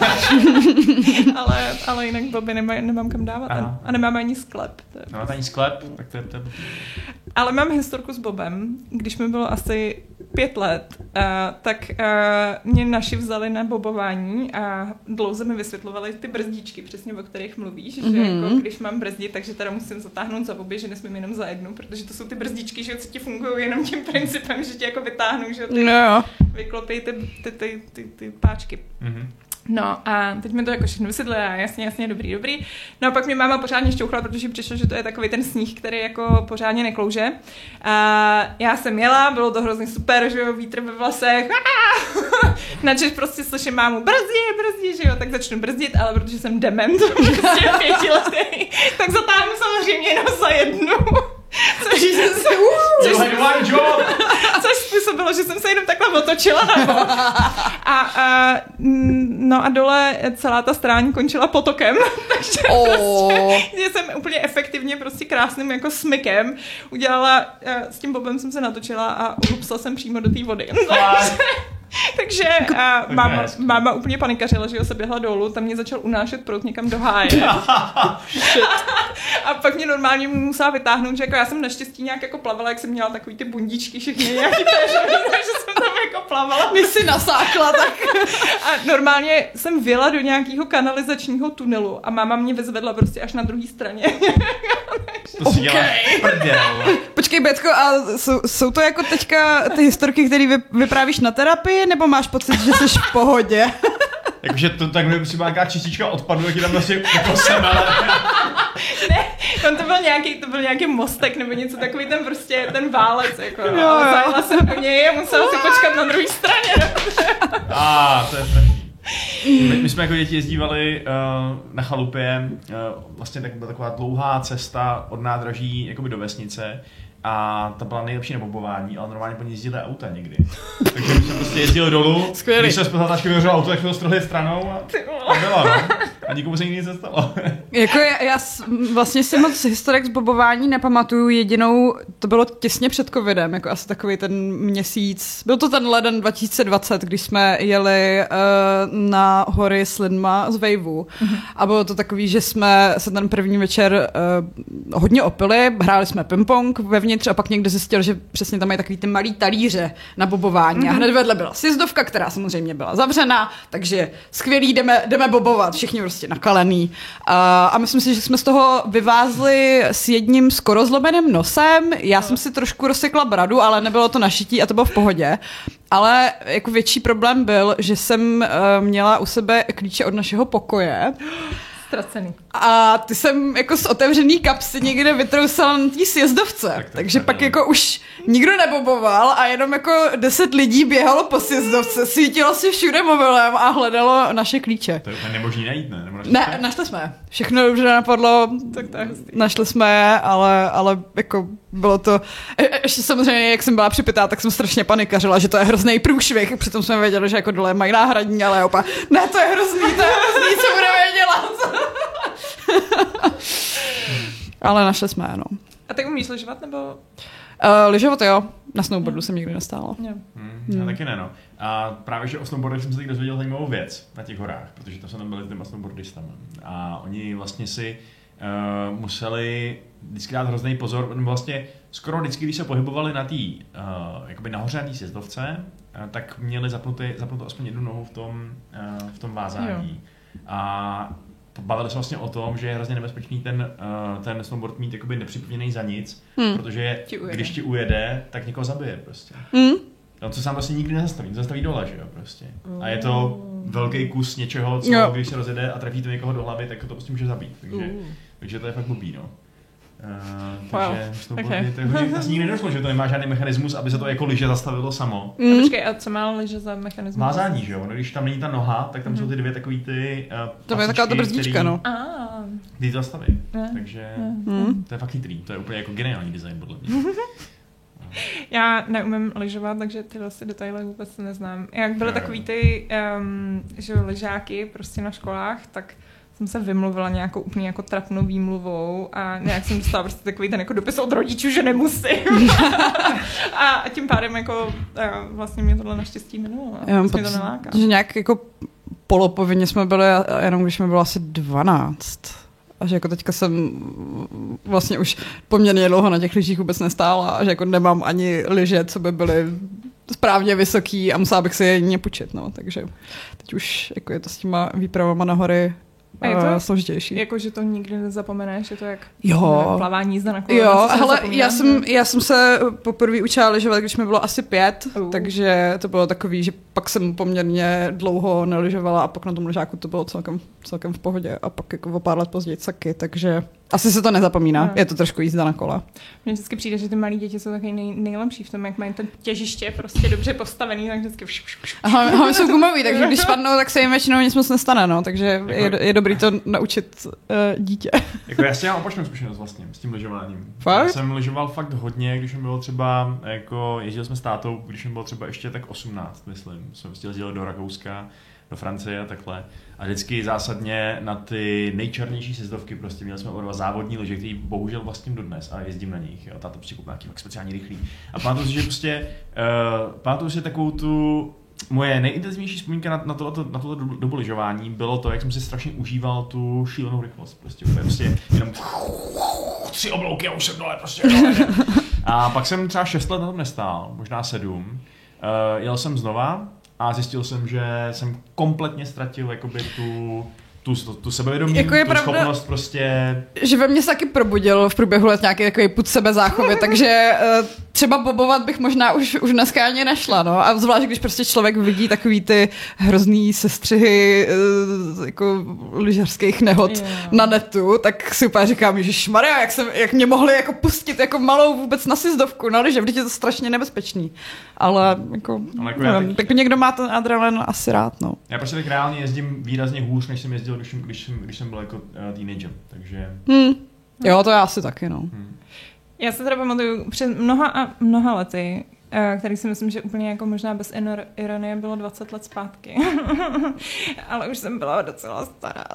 ale, ale jinak boby nemá, nemám kam dávat a, a nemáme ani sklep. No, ani sklep, tak to je... To je... Ale mám historku s Bobem, když mi bylo asi pět let, uh, tak uh, mě naši vzali na bobování a dlouze mi vysvětlovali ty brzdičky, přesně o kterých mluvíš, mm-hmm. že jako když mám brzdit, takže teda musím zatáhnout za boby, že nesmím jenom za jednu, protože to jsou ty brzdičky, že ti fungují jenom tím principem, že tě jako vytáhnou, že ty no. vyklopí ty, ty, ty, ty, ty páčky. Mm-hmm. No a teď mi to jako všechno vysvětlila, jasně, jasně, dobrý, dobrý. No a pak mě máma pořádně šťouchla, protože přišlo, že to je takový ten sníh, který jako pořádně neklouže. A já jsem jela, bylo to hrozně super, že jo, vítr ve vlasech. Načež prostě slyším mámu, brzdí, brzdí, že jo, tak začnu brzdit, ale protože jsem dement, prostě pětiletý, tak zatáhnu samozřejmě jenom za jednu. Což, což, což způsobilo, že jsem se jenom takhle otočila na bok. A, a, no a dole celá ta stráň končila potokem, takže Oh. prostě, že jsem úplně efektivně prostě krásným jako smykem udělala, s tím bobem jsem se natočila a uhlupsla jsem přímo do té vody. Takže a máma, máma úplně panikařila, že jo, se běhla dolů, tam mě začal unášet proud někam do háje. A pak mě normálně musela vytáhnout, že jako já jsem naštěstí nějak jako plavala, jak jsem měla takový ty bundičky, všechny nějaký péřový, takže jsem tam jako plavala. Když si nasákla, tak... A normálně jsem vyjela do nějakého kanalizačního tunelu a máma mě vyzvedla prostě až na druhé straně. To si dělá prdel. Počkej, Bětko, a jsou, jsou to jako teďka ty historky, které vy, vyprávíš na terapii, nebo máš pocit, že jsi v pohodě? Jakože to tak mi přijde nějaká čistička odpadu, jak je tam vlastně jako semele. Ne, tam to byl nějaký, to byl nějaký mostek nebo něco takový, ten prostě, ten válec, jako, Jo, jo, ale jo. zajela jsem do něj a musela si počkat na druhé straně. A ah, to je strašný. My, my jsme jako děti jezdívali uh, na chalupě, uh, vlastně tak byla taková dlouhá cesta od nádraží jakoby do vesnice a ta byla nejlepší na bobování, ale normálně po ní jezdili auta někdy. Takže my jsme prostě jezdili dolů, Skvělý. když se zpětla tašky vyhořelo auto, tak jsme to strhli stranou a to bylo, no. A nikomu se nikdy nic nestalo. Jako já, já s- vlastně si moc historek z bobování nepamatuju, jedinou, to bylo těsně před covidem, jako asi takový ten měsíc, byl to ten leden dva tisíce dvacet, když jsme jeli uh, na hory s lidma z Vejvu mm-hmm. a bylo to takový, že jsme se ten první večer uh, hodně opili, hráli jsme ping-pong vevnitř a pak někdo zjistil, že přesně tam mají takový ty malý talíře na bobování mm-hmm. a hned vedle byla sjezdovka, která samozřejmě byla zavřená, takže skvělý, jdeme, jdeme bobovat, všichni prostě nakalený. A, a myslím si, že jsme z toho vyvázli s jedním skoro zlomeným nosem. Já jsem si trošku rozsekla bradu, ale nebylo to našití a to bylo v pohodě. Ale jako větší problém byl, že jsem uh, měla u sebe klíče od našeho pokoje. Ztracený. A ty jsem jako z otevřený kapsy někde vytrousala na té sjezdovce. Tak to Takže je pak fajn. jako už nikdo neboboval a jenom jako deset lidí běhalo po sjezdovce, svítilo si všude mobilem a hledalo naše klíče. To je úplně nemožný najít, ne? Nebo našli Ne, jste? našli jsme. Všechno dobře napadlo, Tak to je hustý. našli jsme je, ale, ale jako bylo to... Je, ještě samozřejmě, jak jsem byla připytá, tak jsem strašně panikařila, že to je hrozný průšvih. Přitom jsme věděli, že jako dole mají náhradní, ale opa, ne, to je hrozný, to je hrozný, co budeme dělat. Ale našli jsme je, no. A ty umíš lyžovat, nebo? Uh, lyžovat, jo. Na snowboardu jsem nikdy nestála. Jo. Hmm, já taky ne, no. A právě, že o snowboardech jsem se teď dozvěděl zajímavou věc na těch horách, protože tam jsem tam byl s těma snowboardistama. A oni vlastně si uh, museli vždycky dát hrozný pozor, vlastně skoro vždycky, když se pohybovali na té, uh, jakoby nahoře na té sjezdovce, uh, tak měli zapnutou zapnutou aspoň jednu nohu v tom, uh, v tom vázání. Jo. A bavili se vlastně o tom, že je hrozně nebezpečný ten, uh, ten snowboard mít jakoby nepřipověný za nic, hmm. protože ti když ti ujede, tak někoho zabije prostě. Hmm. On se sám vlastně nikdy nezastaví, zastaví dole, že jo, prostě. A je to velký kus něčeho, co jo. Když se rozjede a trefí to někoho do hlavy, tak to prostě může zabít, takže, uh. takže to je fakt blbý, no. Uh, takže wow. snowboardy, okay. to je hodně, nikdy nedošlo, že to nemá žádný mechanismus, aby se to jako lyže zastavilo samo. Mm. A počkej, a co má lyže za mechanismus? Vázání, že jo, no, když tam není ta noha, tak tam mm. jsou ty dvě takový ty uh, to je taková to brzdička, no. Ty to zastaví, yeah. takže mm. to je fakt chytrý, to je úplně jako geniální design podle mě. Já neumím lyžovat, takže tyhle si detaily vůbec neznám. Jak byly takový ty, um, že lyžáky prostě na školách, tak jsem se vymluvila nějakou úplně jako trapnou výmluvou a nějak jsem dostala prostě takový ten jako dopis od rodičů, že nemusím. A tím pádem jako vlastně mě tohle naštěstí minulo. Já mám pocit, že nějak jako polopovinně jsme byli, jenom když mi bylo asi dvanáct. A že jako teďka jsem vlastně už poměrně dlouho na těch lyžích vůbec nestála a že jako nemám ani lyže, co by byly správně vysoký a musela bych si je jedině půjčit, no. Takže teď už jako je to s těma výpravama na hory a je to uh, složitější. Jako, že to nikdy nezapomeneš, je to jak jo. plavání jízda na kole. Jo, hele, já jsem, já jsem se poprvé učila lyžovat, když mi bylo asi pět, uh. takže to bylo takový, že pak jsem poměrně dlouho nelyžovala a pak na tom lyžáku to bylo celkem, celkem v pohodě a pak jako o pár let později taky, takže asi se to nezapomíná, no. Je to trošku jízda na kole. Mně vždycky přijde, že ty malí děti jsou taky nej, nejlepší v tom, jak mají ten těžiště prostě dobře postavený, tak vždycky vš, vš, vš. Aha, jsou gumový, takže když spadnou, tak se jim většinou nic moc nestane, no, takže jako, je, je dobrý to naučit uh, dítě. Jako já si mám opačnou zkušenost vlastně s tím lyžováním. Fakt? Já jsem lyžoval fakt hodně, když mi bylo třeba, jako jezdili jsme s tátou, když mi bylo třeba ještě tak osmnáct, myslím. Jsme prostě jezdili do Rakouska, do Francie a takhle. A vždycky zásadně na ty nejčernější sjezdovky prostě měli jsme oba dva závodní lyže, který bohužel vlastním dodnes a jezdím na nich. Jo. Táta prostě koupil nějaký speciální rychlý. A pamatuju si, že prostě, uh, pamatuju si takovou tu, moje nejintenzivnější vzpomínka na, na tohleto, na tohleto dobu lyžování bylo to, jak jsem si strašně užíval tu šílenou rychlost. Prostě, prostě jenom tři oblouky a už jsem dole prostě. Dole. A pak jsem třeba šest let na tom nestál, možná sedm. Uh, jel jsem znova a zjistil jsem, že jsem kompletně ztratil jakoby tu, tu, tu, tu sebevědomí, jako tu pravda, schopnost prostě... Že ve mně se taky probudil v průběhu let nějaký takový pud sebezáchovy, takže uh, třeba bobovat bych možná už, už dneska ani nešla, no. A zvlášť, když prostě člověk vidí takový ty hrozný sestřihy uh, jako lyžařských nehod yeah. na netu, tak si úplně říkám, ježišmarja, jak, jsem, jak mě mohli jako pustit jako malou vůbec na sjezdovku, no, že vždyť je to strašně nebezpečný. Ale jako, Ale jako nevím, teď... tak někdo má ten adrenalin asi rád, no. Já prostě tak reálně jezdím výrazně hůř, než jsem jezdil, když, když, jsem, když jsem byl jako uh, teenager, takže... Hmm. Jo, to já asi taky, no. Hmm. Já se teda pamatuju před mnoha a mnoha lety, který si myslím, že úplně jako možná bez ironie bylo dvacet let zpátky. Ale už jsem byla docela stará.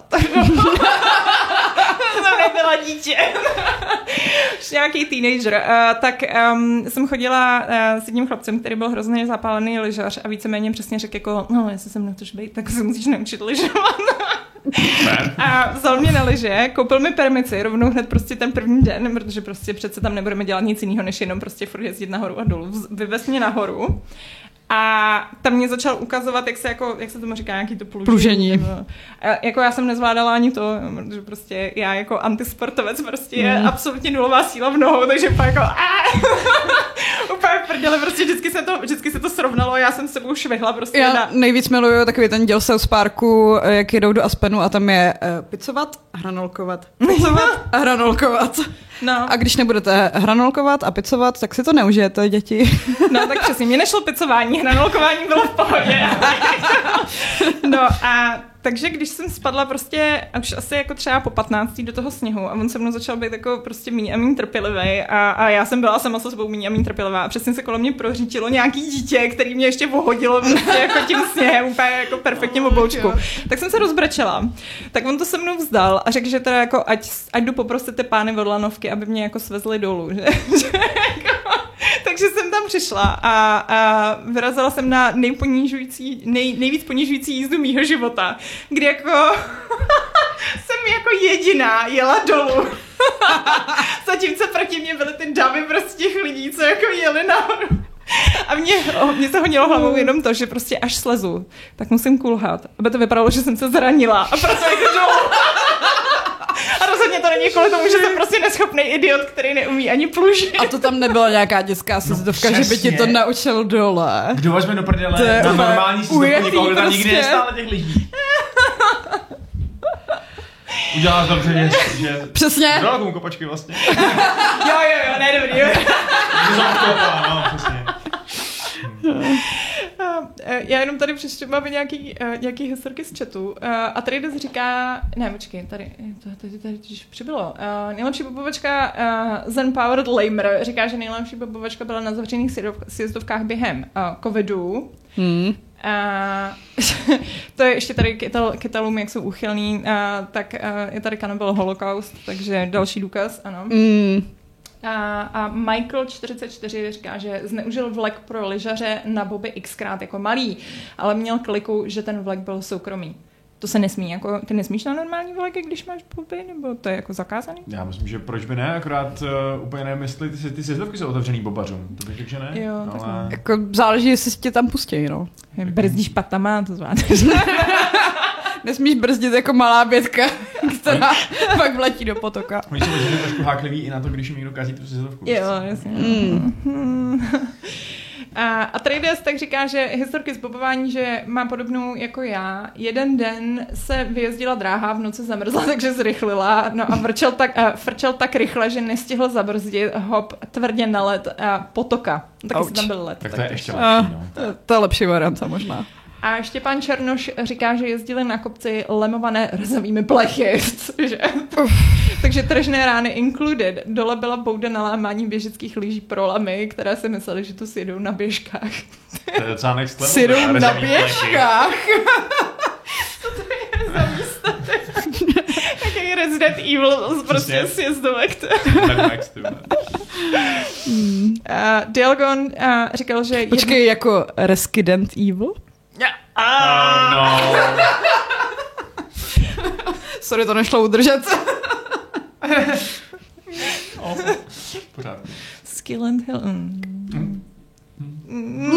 Jsem nebyla dítě. Už nějaký teenager. Uh, tak um, jsem chodila uh, s jedním chlapcem, který byl hrozně zapálený lyžař a víceméně přesně řekl jako, no, jestli se mnou chceš být, tak se musíš naučit lyžovat. A vzal mě na lyže, koupil mi permici rovnou hned prostě ten první den, protože prostě přece tam nebudeme dělat nic jiného, než jenom prostě furt jezdit nahoru a dolů. Vyvez mě nahoru a tam mě začal ukazovat, jak se jako, jak se tomu říká, nějaký to plužení. plužení. A jako já jsem nezvládala ani to, protože prostě já jako antisportovec prostě mm. je absolutně nulová síla v nohou, takže pak jako úplně v prdele, prostě vždycky se to, vždycky se to srovnalo a já jsem s sebou švihla prostě. Já na... nejvíc miluju takový ten děl South Parku, jak jedou do Aspenu a tam je uh, pizzovat, hranolkovat, pizzovat a hranolkovat. No. A když nebudete hranolkovat a pizzovat, tak si to neužijete, děti. No tak přesně, mě nešlo pizzování, hranolkování bylo v pohodě. No a takže když jsem spadla prostě už asi jako třeba po patnácti do toho sněhu a on se mnou začal být jako prostě míň a míň trpělivý a, a já jsem byla sama se sebou míň a míň trpělivá a přesně se kolem mě prořítilo nějaký dítě, který mě ještě vohodilo prostě jako tím sněhem úplně jako perfektně v obloučku. Tak jsem se rozbrečela. Tak on to se mnou vzdal a řekl, že teda jako ať, ať jdu poprosit ty pány od lanovky, aby mě jako svezli dolů. Že? Takže jsem tam přišla a, a vyrazila jsem na nejponižující, nej, nejvíc ponižující jízdu mýho života, kdy jako jsem jako jediná jela dolů. Zatímco proti mě byly ty davy prostě těch lidí, co jako jeli nahoru. A mě, oh, mě se honilo hlavou jenom to, že prostě až slezu, tak musím kulhat, aby to vypadalo, že jsem se zranila a proto jako dolů. A rozhodně to není kvůli tomu, že jsem prostě neschopný idiot, který neumí ani plužit. A to tam nebyla nějaká dětská sjezdovka, no, že by ti to naučil dole. Kdo vezme do prdele na normální sjezdovku, nikoho, kdo tam prostě nikdy nestál na těch lidí. Uděláš dobře, že... že přesně. Dala komu kopačky vlastně. Jo, jo, jo, ne, dobrý. No, přesně. Já jenom tady přečtu, máme nějaký, nějaký historky z chatu. A tady Des říká, ne, počkej, tady, to, tady, tady totiž přibylo. Nejlepší bobovačka Zen Powered Lamer říká, že nejlepší bobovačka byla na zavřených sjezdovkách během covidu. Hmm. A to je ještě tady kytal, kytalům, jak jsou úchylný, a, tak a, je tady Cannibal Holocaust, takže další důkaz, ano. Mm. A, a Michael čtyřicet čtyři říká, že zneužil vlek pro lyžaře na boby xkrát jako malý, ale měl kliku, že ten vlek byl soukromý. To se nesmí, jako, ty nesmíš na normální vleky, když máš boby, nebo to je jako zakázaný? Já myslím, že proč by ne, akorát uh, úplně nevím, jestli ty, ty sjezdovky jsou otevřený bobařům, to bych řekl, že ne. Jo, ale... tak jako záleží, jestli tě tam pustí, no. Brzdíš patama, to zvládneš. Nesmíš brzdit jako malá bětka, která pak vletí do potoka. Oni jsou možná trošku hákliví i na to, když jim někdo kazí tu sjezdovku. Jo, jasně. Mm. A, a Trades tak říká, že historky z bobování, že má podobnou jako já. Jeden den se vyjezdila dráha, v noci zamrzla, takže zrychlila, no a vrčel tak, a frčel tak rychle, že nestihl zabrzdit, hop, tvrdě na led a potoka. Taky se tam byl led. Tak to tak je ještě lepší, no. To, to je lepší varianta možná. A Štěpán Černoš říká, že jezdili na kopci lemované rezavými plechy. Cože? Takže tržné rány included. Dole byla bouda na lámání běžických lyží pro lamy, které si mysleli, že tu sjedou na běžkách. To je docela next level. Sjedou na běžkách? Co to je za výstatek? Jaký Resident Evil prostě sjezdovek. uh, Dialgon uh, říkal, že... Počkej, jedno... jako Resident Evil? Oh, no. Sorry, to nešlo udržet. oh, pořád. Skill and Hill. Mm. Mm.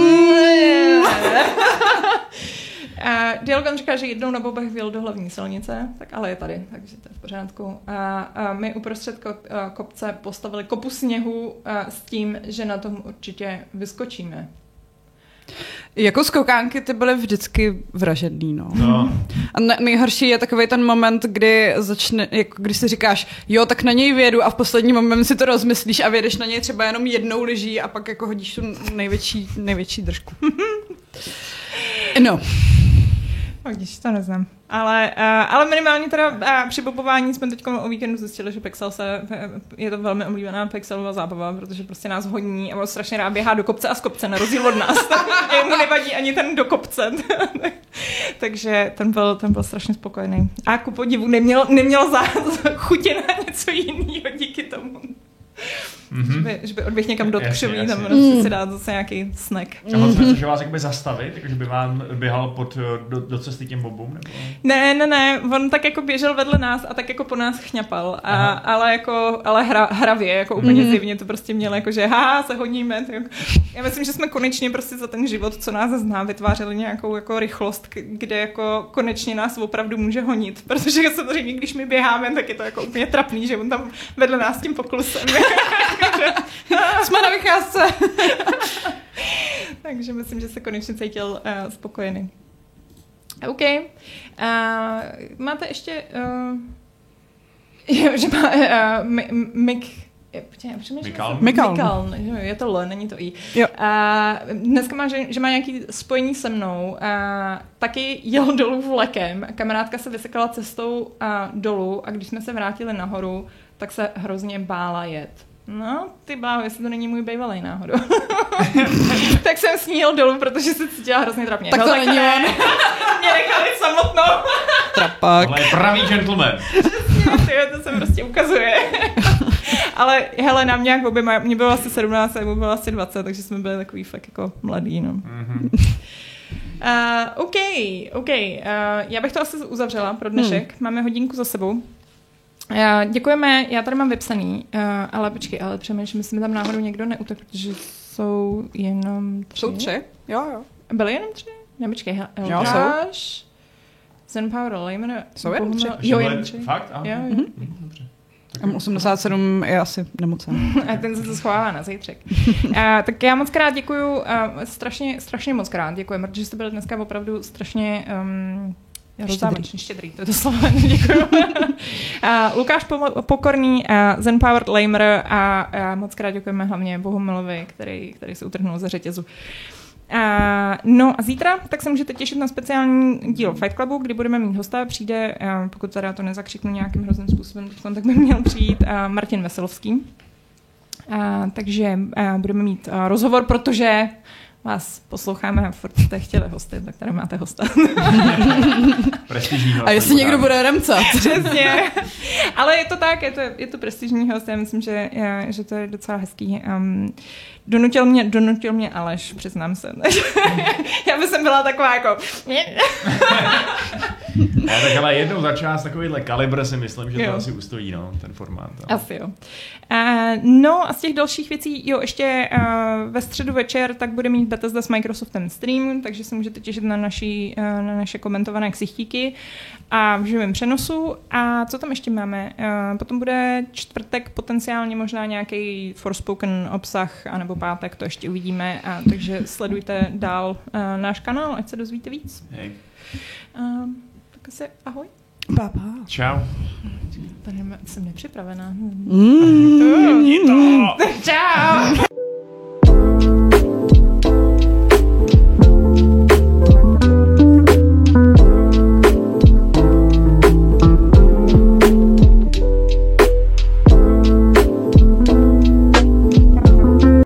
A Dialgon říká, že jednou na bobech vyjel do hlavní silnice, tak ale je tady, takže to je v pořádku. A, a my uprostřed kopce postavili kopu sněhu s tím, že na tom určitě vyskočíme. Jako skokánky ty byly vždycky vražedný, no. no. A ne- nejhorší je takový ten moment, kdy začne, jako když si říkáš, jo, tak na něj vědu a v poslední moment si to rozmyslíš a vědeš na něj třeba jenom jednou lyží a pak jako hodíš tu největší, největší držku. No. Když to neznám. Ale, uh, ale minimálně teda uh, při bobování jsme teď o víkendu zjistili, že Pixel se, je to velmi oblíbená Pixelová zábava, protože prostě nás honí a on strašně rád běhá do kopce a z kopce, na rozdíl od nás. Mu nevadí ani ten do kopce. Takže ten byl, ten byl strašně spokojený. A ku podivu neměl, neměl za chutě na něco jiného díky tomu. Mm-hmm. Že, by, že by odběh někam do křoví, tam mm. si dát zase nějaký snack. A moc mm-hmm. že vás jakoby zastavit, takže by vám běhal pod, do, do cesty těm bobům? Nebo? Ne, ne, ne, on tak jako běžel vedle nás a tak jako po nás chňapal, a, ale jako, ale hra, hravě, jako úplně mm-hmm. zjevně to prostě měl, jako že haha, se hodíme. Tak. Já myslím, že jsme konečně prostě za ten život, co nás zná, vytvářeli nějakou jako rychlost, kde jako konečně nás opravdu může honit, protože samozřejmě, když my běháme, tak je to jako úplně trapný, že on tam vedle nás tím poklusem. Jsme na vycházce. Takže myslím, že se konečně cítil uh, spokojený. OK. Uh, máte ještě... Uh, jo, že má... Uh, Mik... Mikal. Mikal. Je to L, není to I. Jo. Uh, dneska má, že, že má nějaký spojení se mnou. Uh, taky jel dolů vlekem. Kamarádka se vysekala cestou uh, dolů a když jsme se vrátili nahoru, tak se hrozně bála jet. No, ty bláho, jestli to není můj bývalej náhodou. Tak jsem s ní jel dolů, protože se cítila hrozně trapně. Tak to no, není on. Mě nechali samotnou. Trapak. Ale je pravý gentleman. Přesně, to se prostě ukazuje. Ale hele, nám nějak oběma, mě bylo asi sedmnáct, a mu bylo asi dvacet, takže jsme byli takový fakt jako mladý, no. Mm-hmm. Uh, OK, OK. Uh, já bych to asi uzavřela pro dnešek. Hmm. Máme hodinku za sebou. Děkujeme, já tady mám vypsaný, ale počkej, ale přemýšlím, jestli mi tam náhodou někdo neutek, protože jsou jenom tři. Jsou tři? Jo, jo. Byly jenom tři? Ne, počkej, Lukáš, Zenpower, Lejmer. Jsou jenom tři? Jo, jenom tři. Fakt? Aha. Jo, jo. Mhm. Dobře. M osmdesát sedm je asi nemocen. A ten se to schovává na zítřek. uh, tak já moc krát děkuju, uh, strašně, strašně moc krát děkuji, protože jste byli dneska opravdu strašně um, rozdávačný, štědrý, to je to slovo, děkuju. uh, Lukáš Pokorný, uh, Zenpowered Lamer a uh, moc krát děkujeme hlavně Bohumilovi, který, který se utrhnul ze řetězu. Uh, no a zítra tak se můžete těšit na speciální díl Fight Clubu, kdy budeme mít hosta, přijde, uh, pokud teda to nezakřiknu nějakým hrozným způsobem, tak by měl přijít uh, Martin Veselovský. Uh, takže uh, budeme mít uh, rozhovor, protože vás posloucháme a furt jste chtěli hosty, tak tady máte hosta. Prestižní host. A jestli někdo bude remcat. Přesně. Ale je to tak, je to, je to prestižní host, já myslím, že, že to je docela hezký. Um, donutil, mě, donutil mě Aleš, přiznám se. Já bych byla taková jako... Ne, tak ale jednou za čas takovýhle kalibr si myslím, že jo. To asi ustojí, no, ten formát. No. Asi jo. Uh, no a z těch dalších věcí, jo, ještě uh, ve středu večer tak bude mít Bethesda s Microsoftem stream, takže se můžete těšit na, naší, uh, na naše komentované ksichtíky a v živém přenosu. A co tam ještě máme? Uh, potom bude čtvrtek potenciálně možná nějaký Forspoken obsah, anebo pátek, to ještě uvidíme. A, takže sledujte dál uh, náš kanál, ať se dozvíte víc. Hej. Uh, tak asi ahoj. Papa. Čau. Tady jsem nepřipravená. Mm. Čau.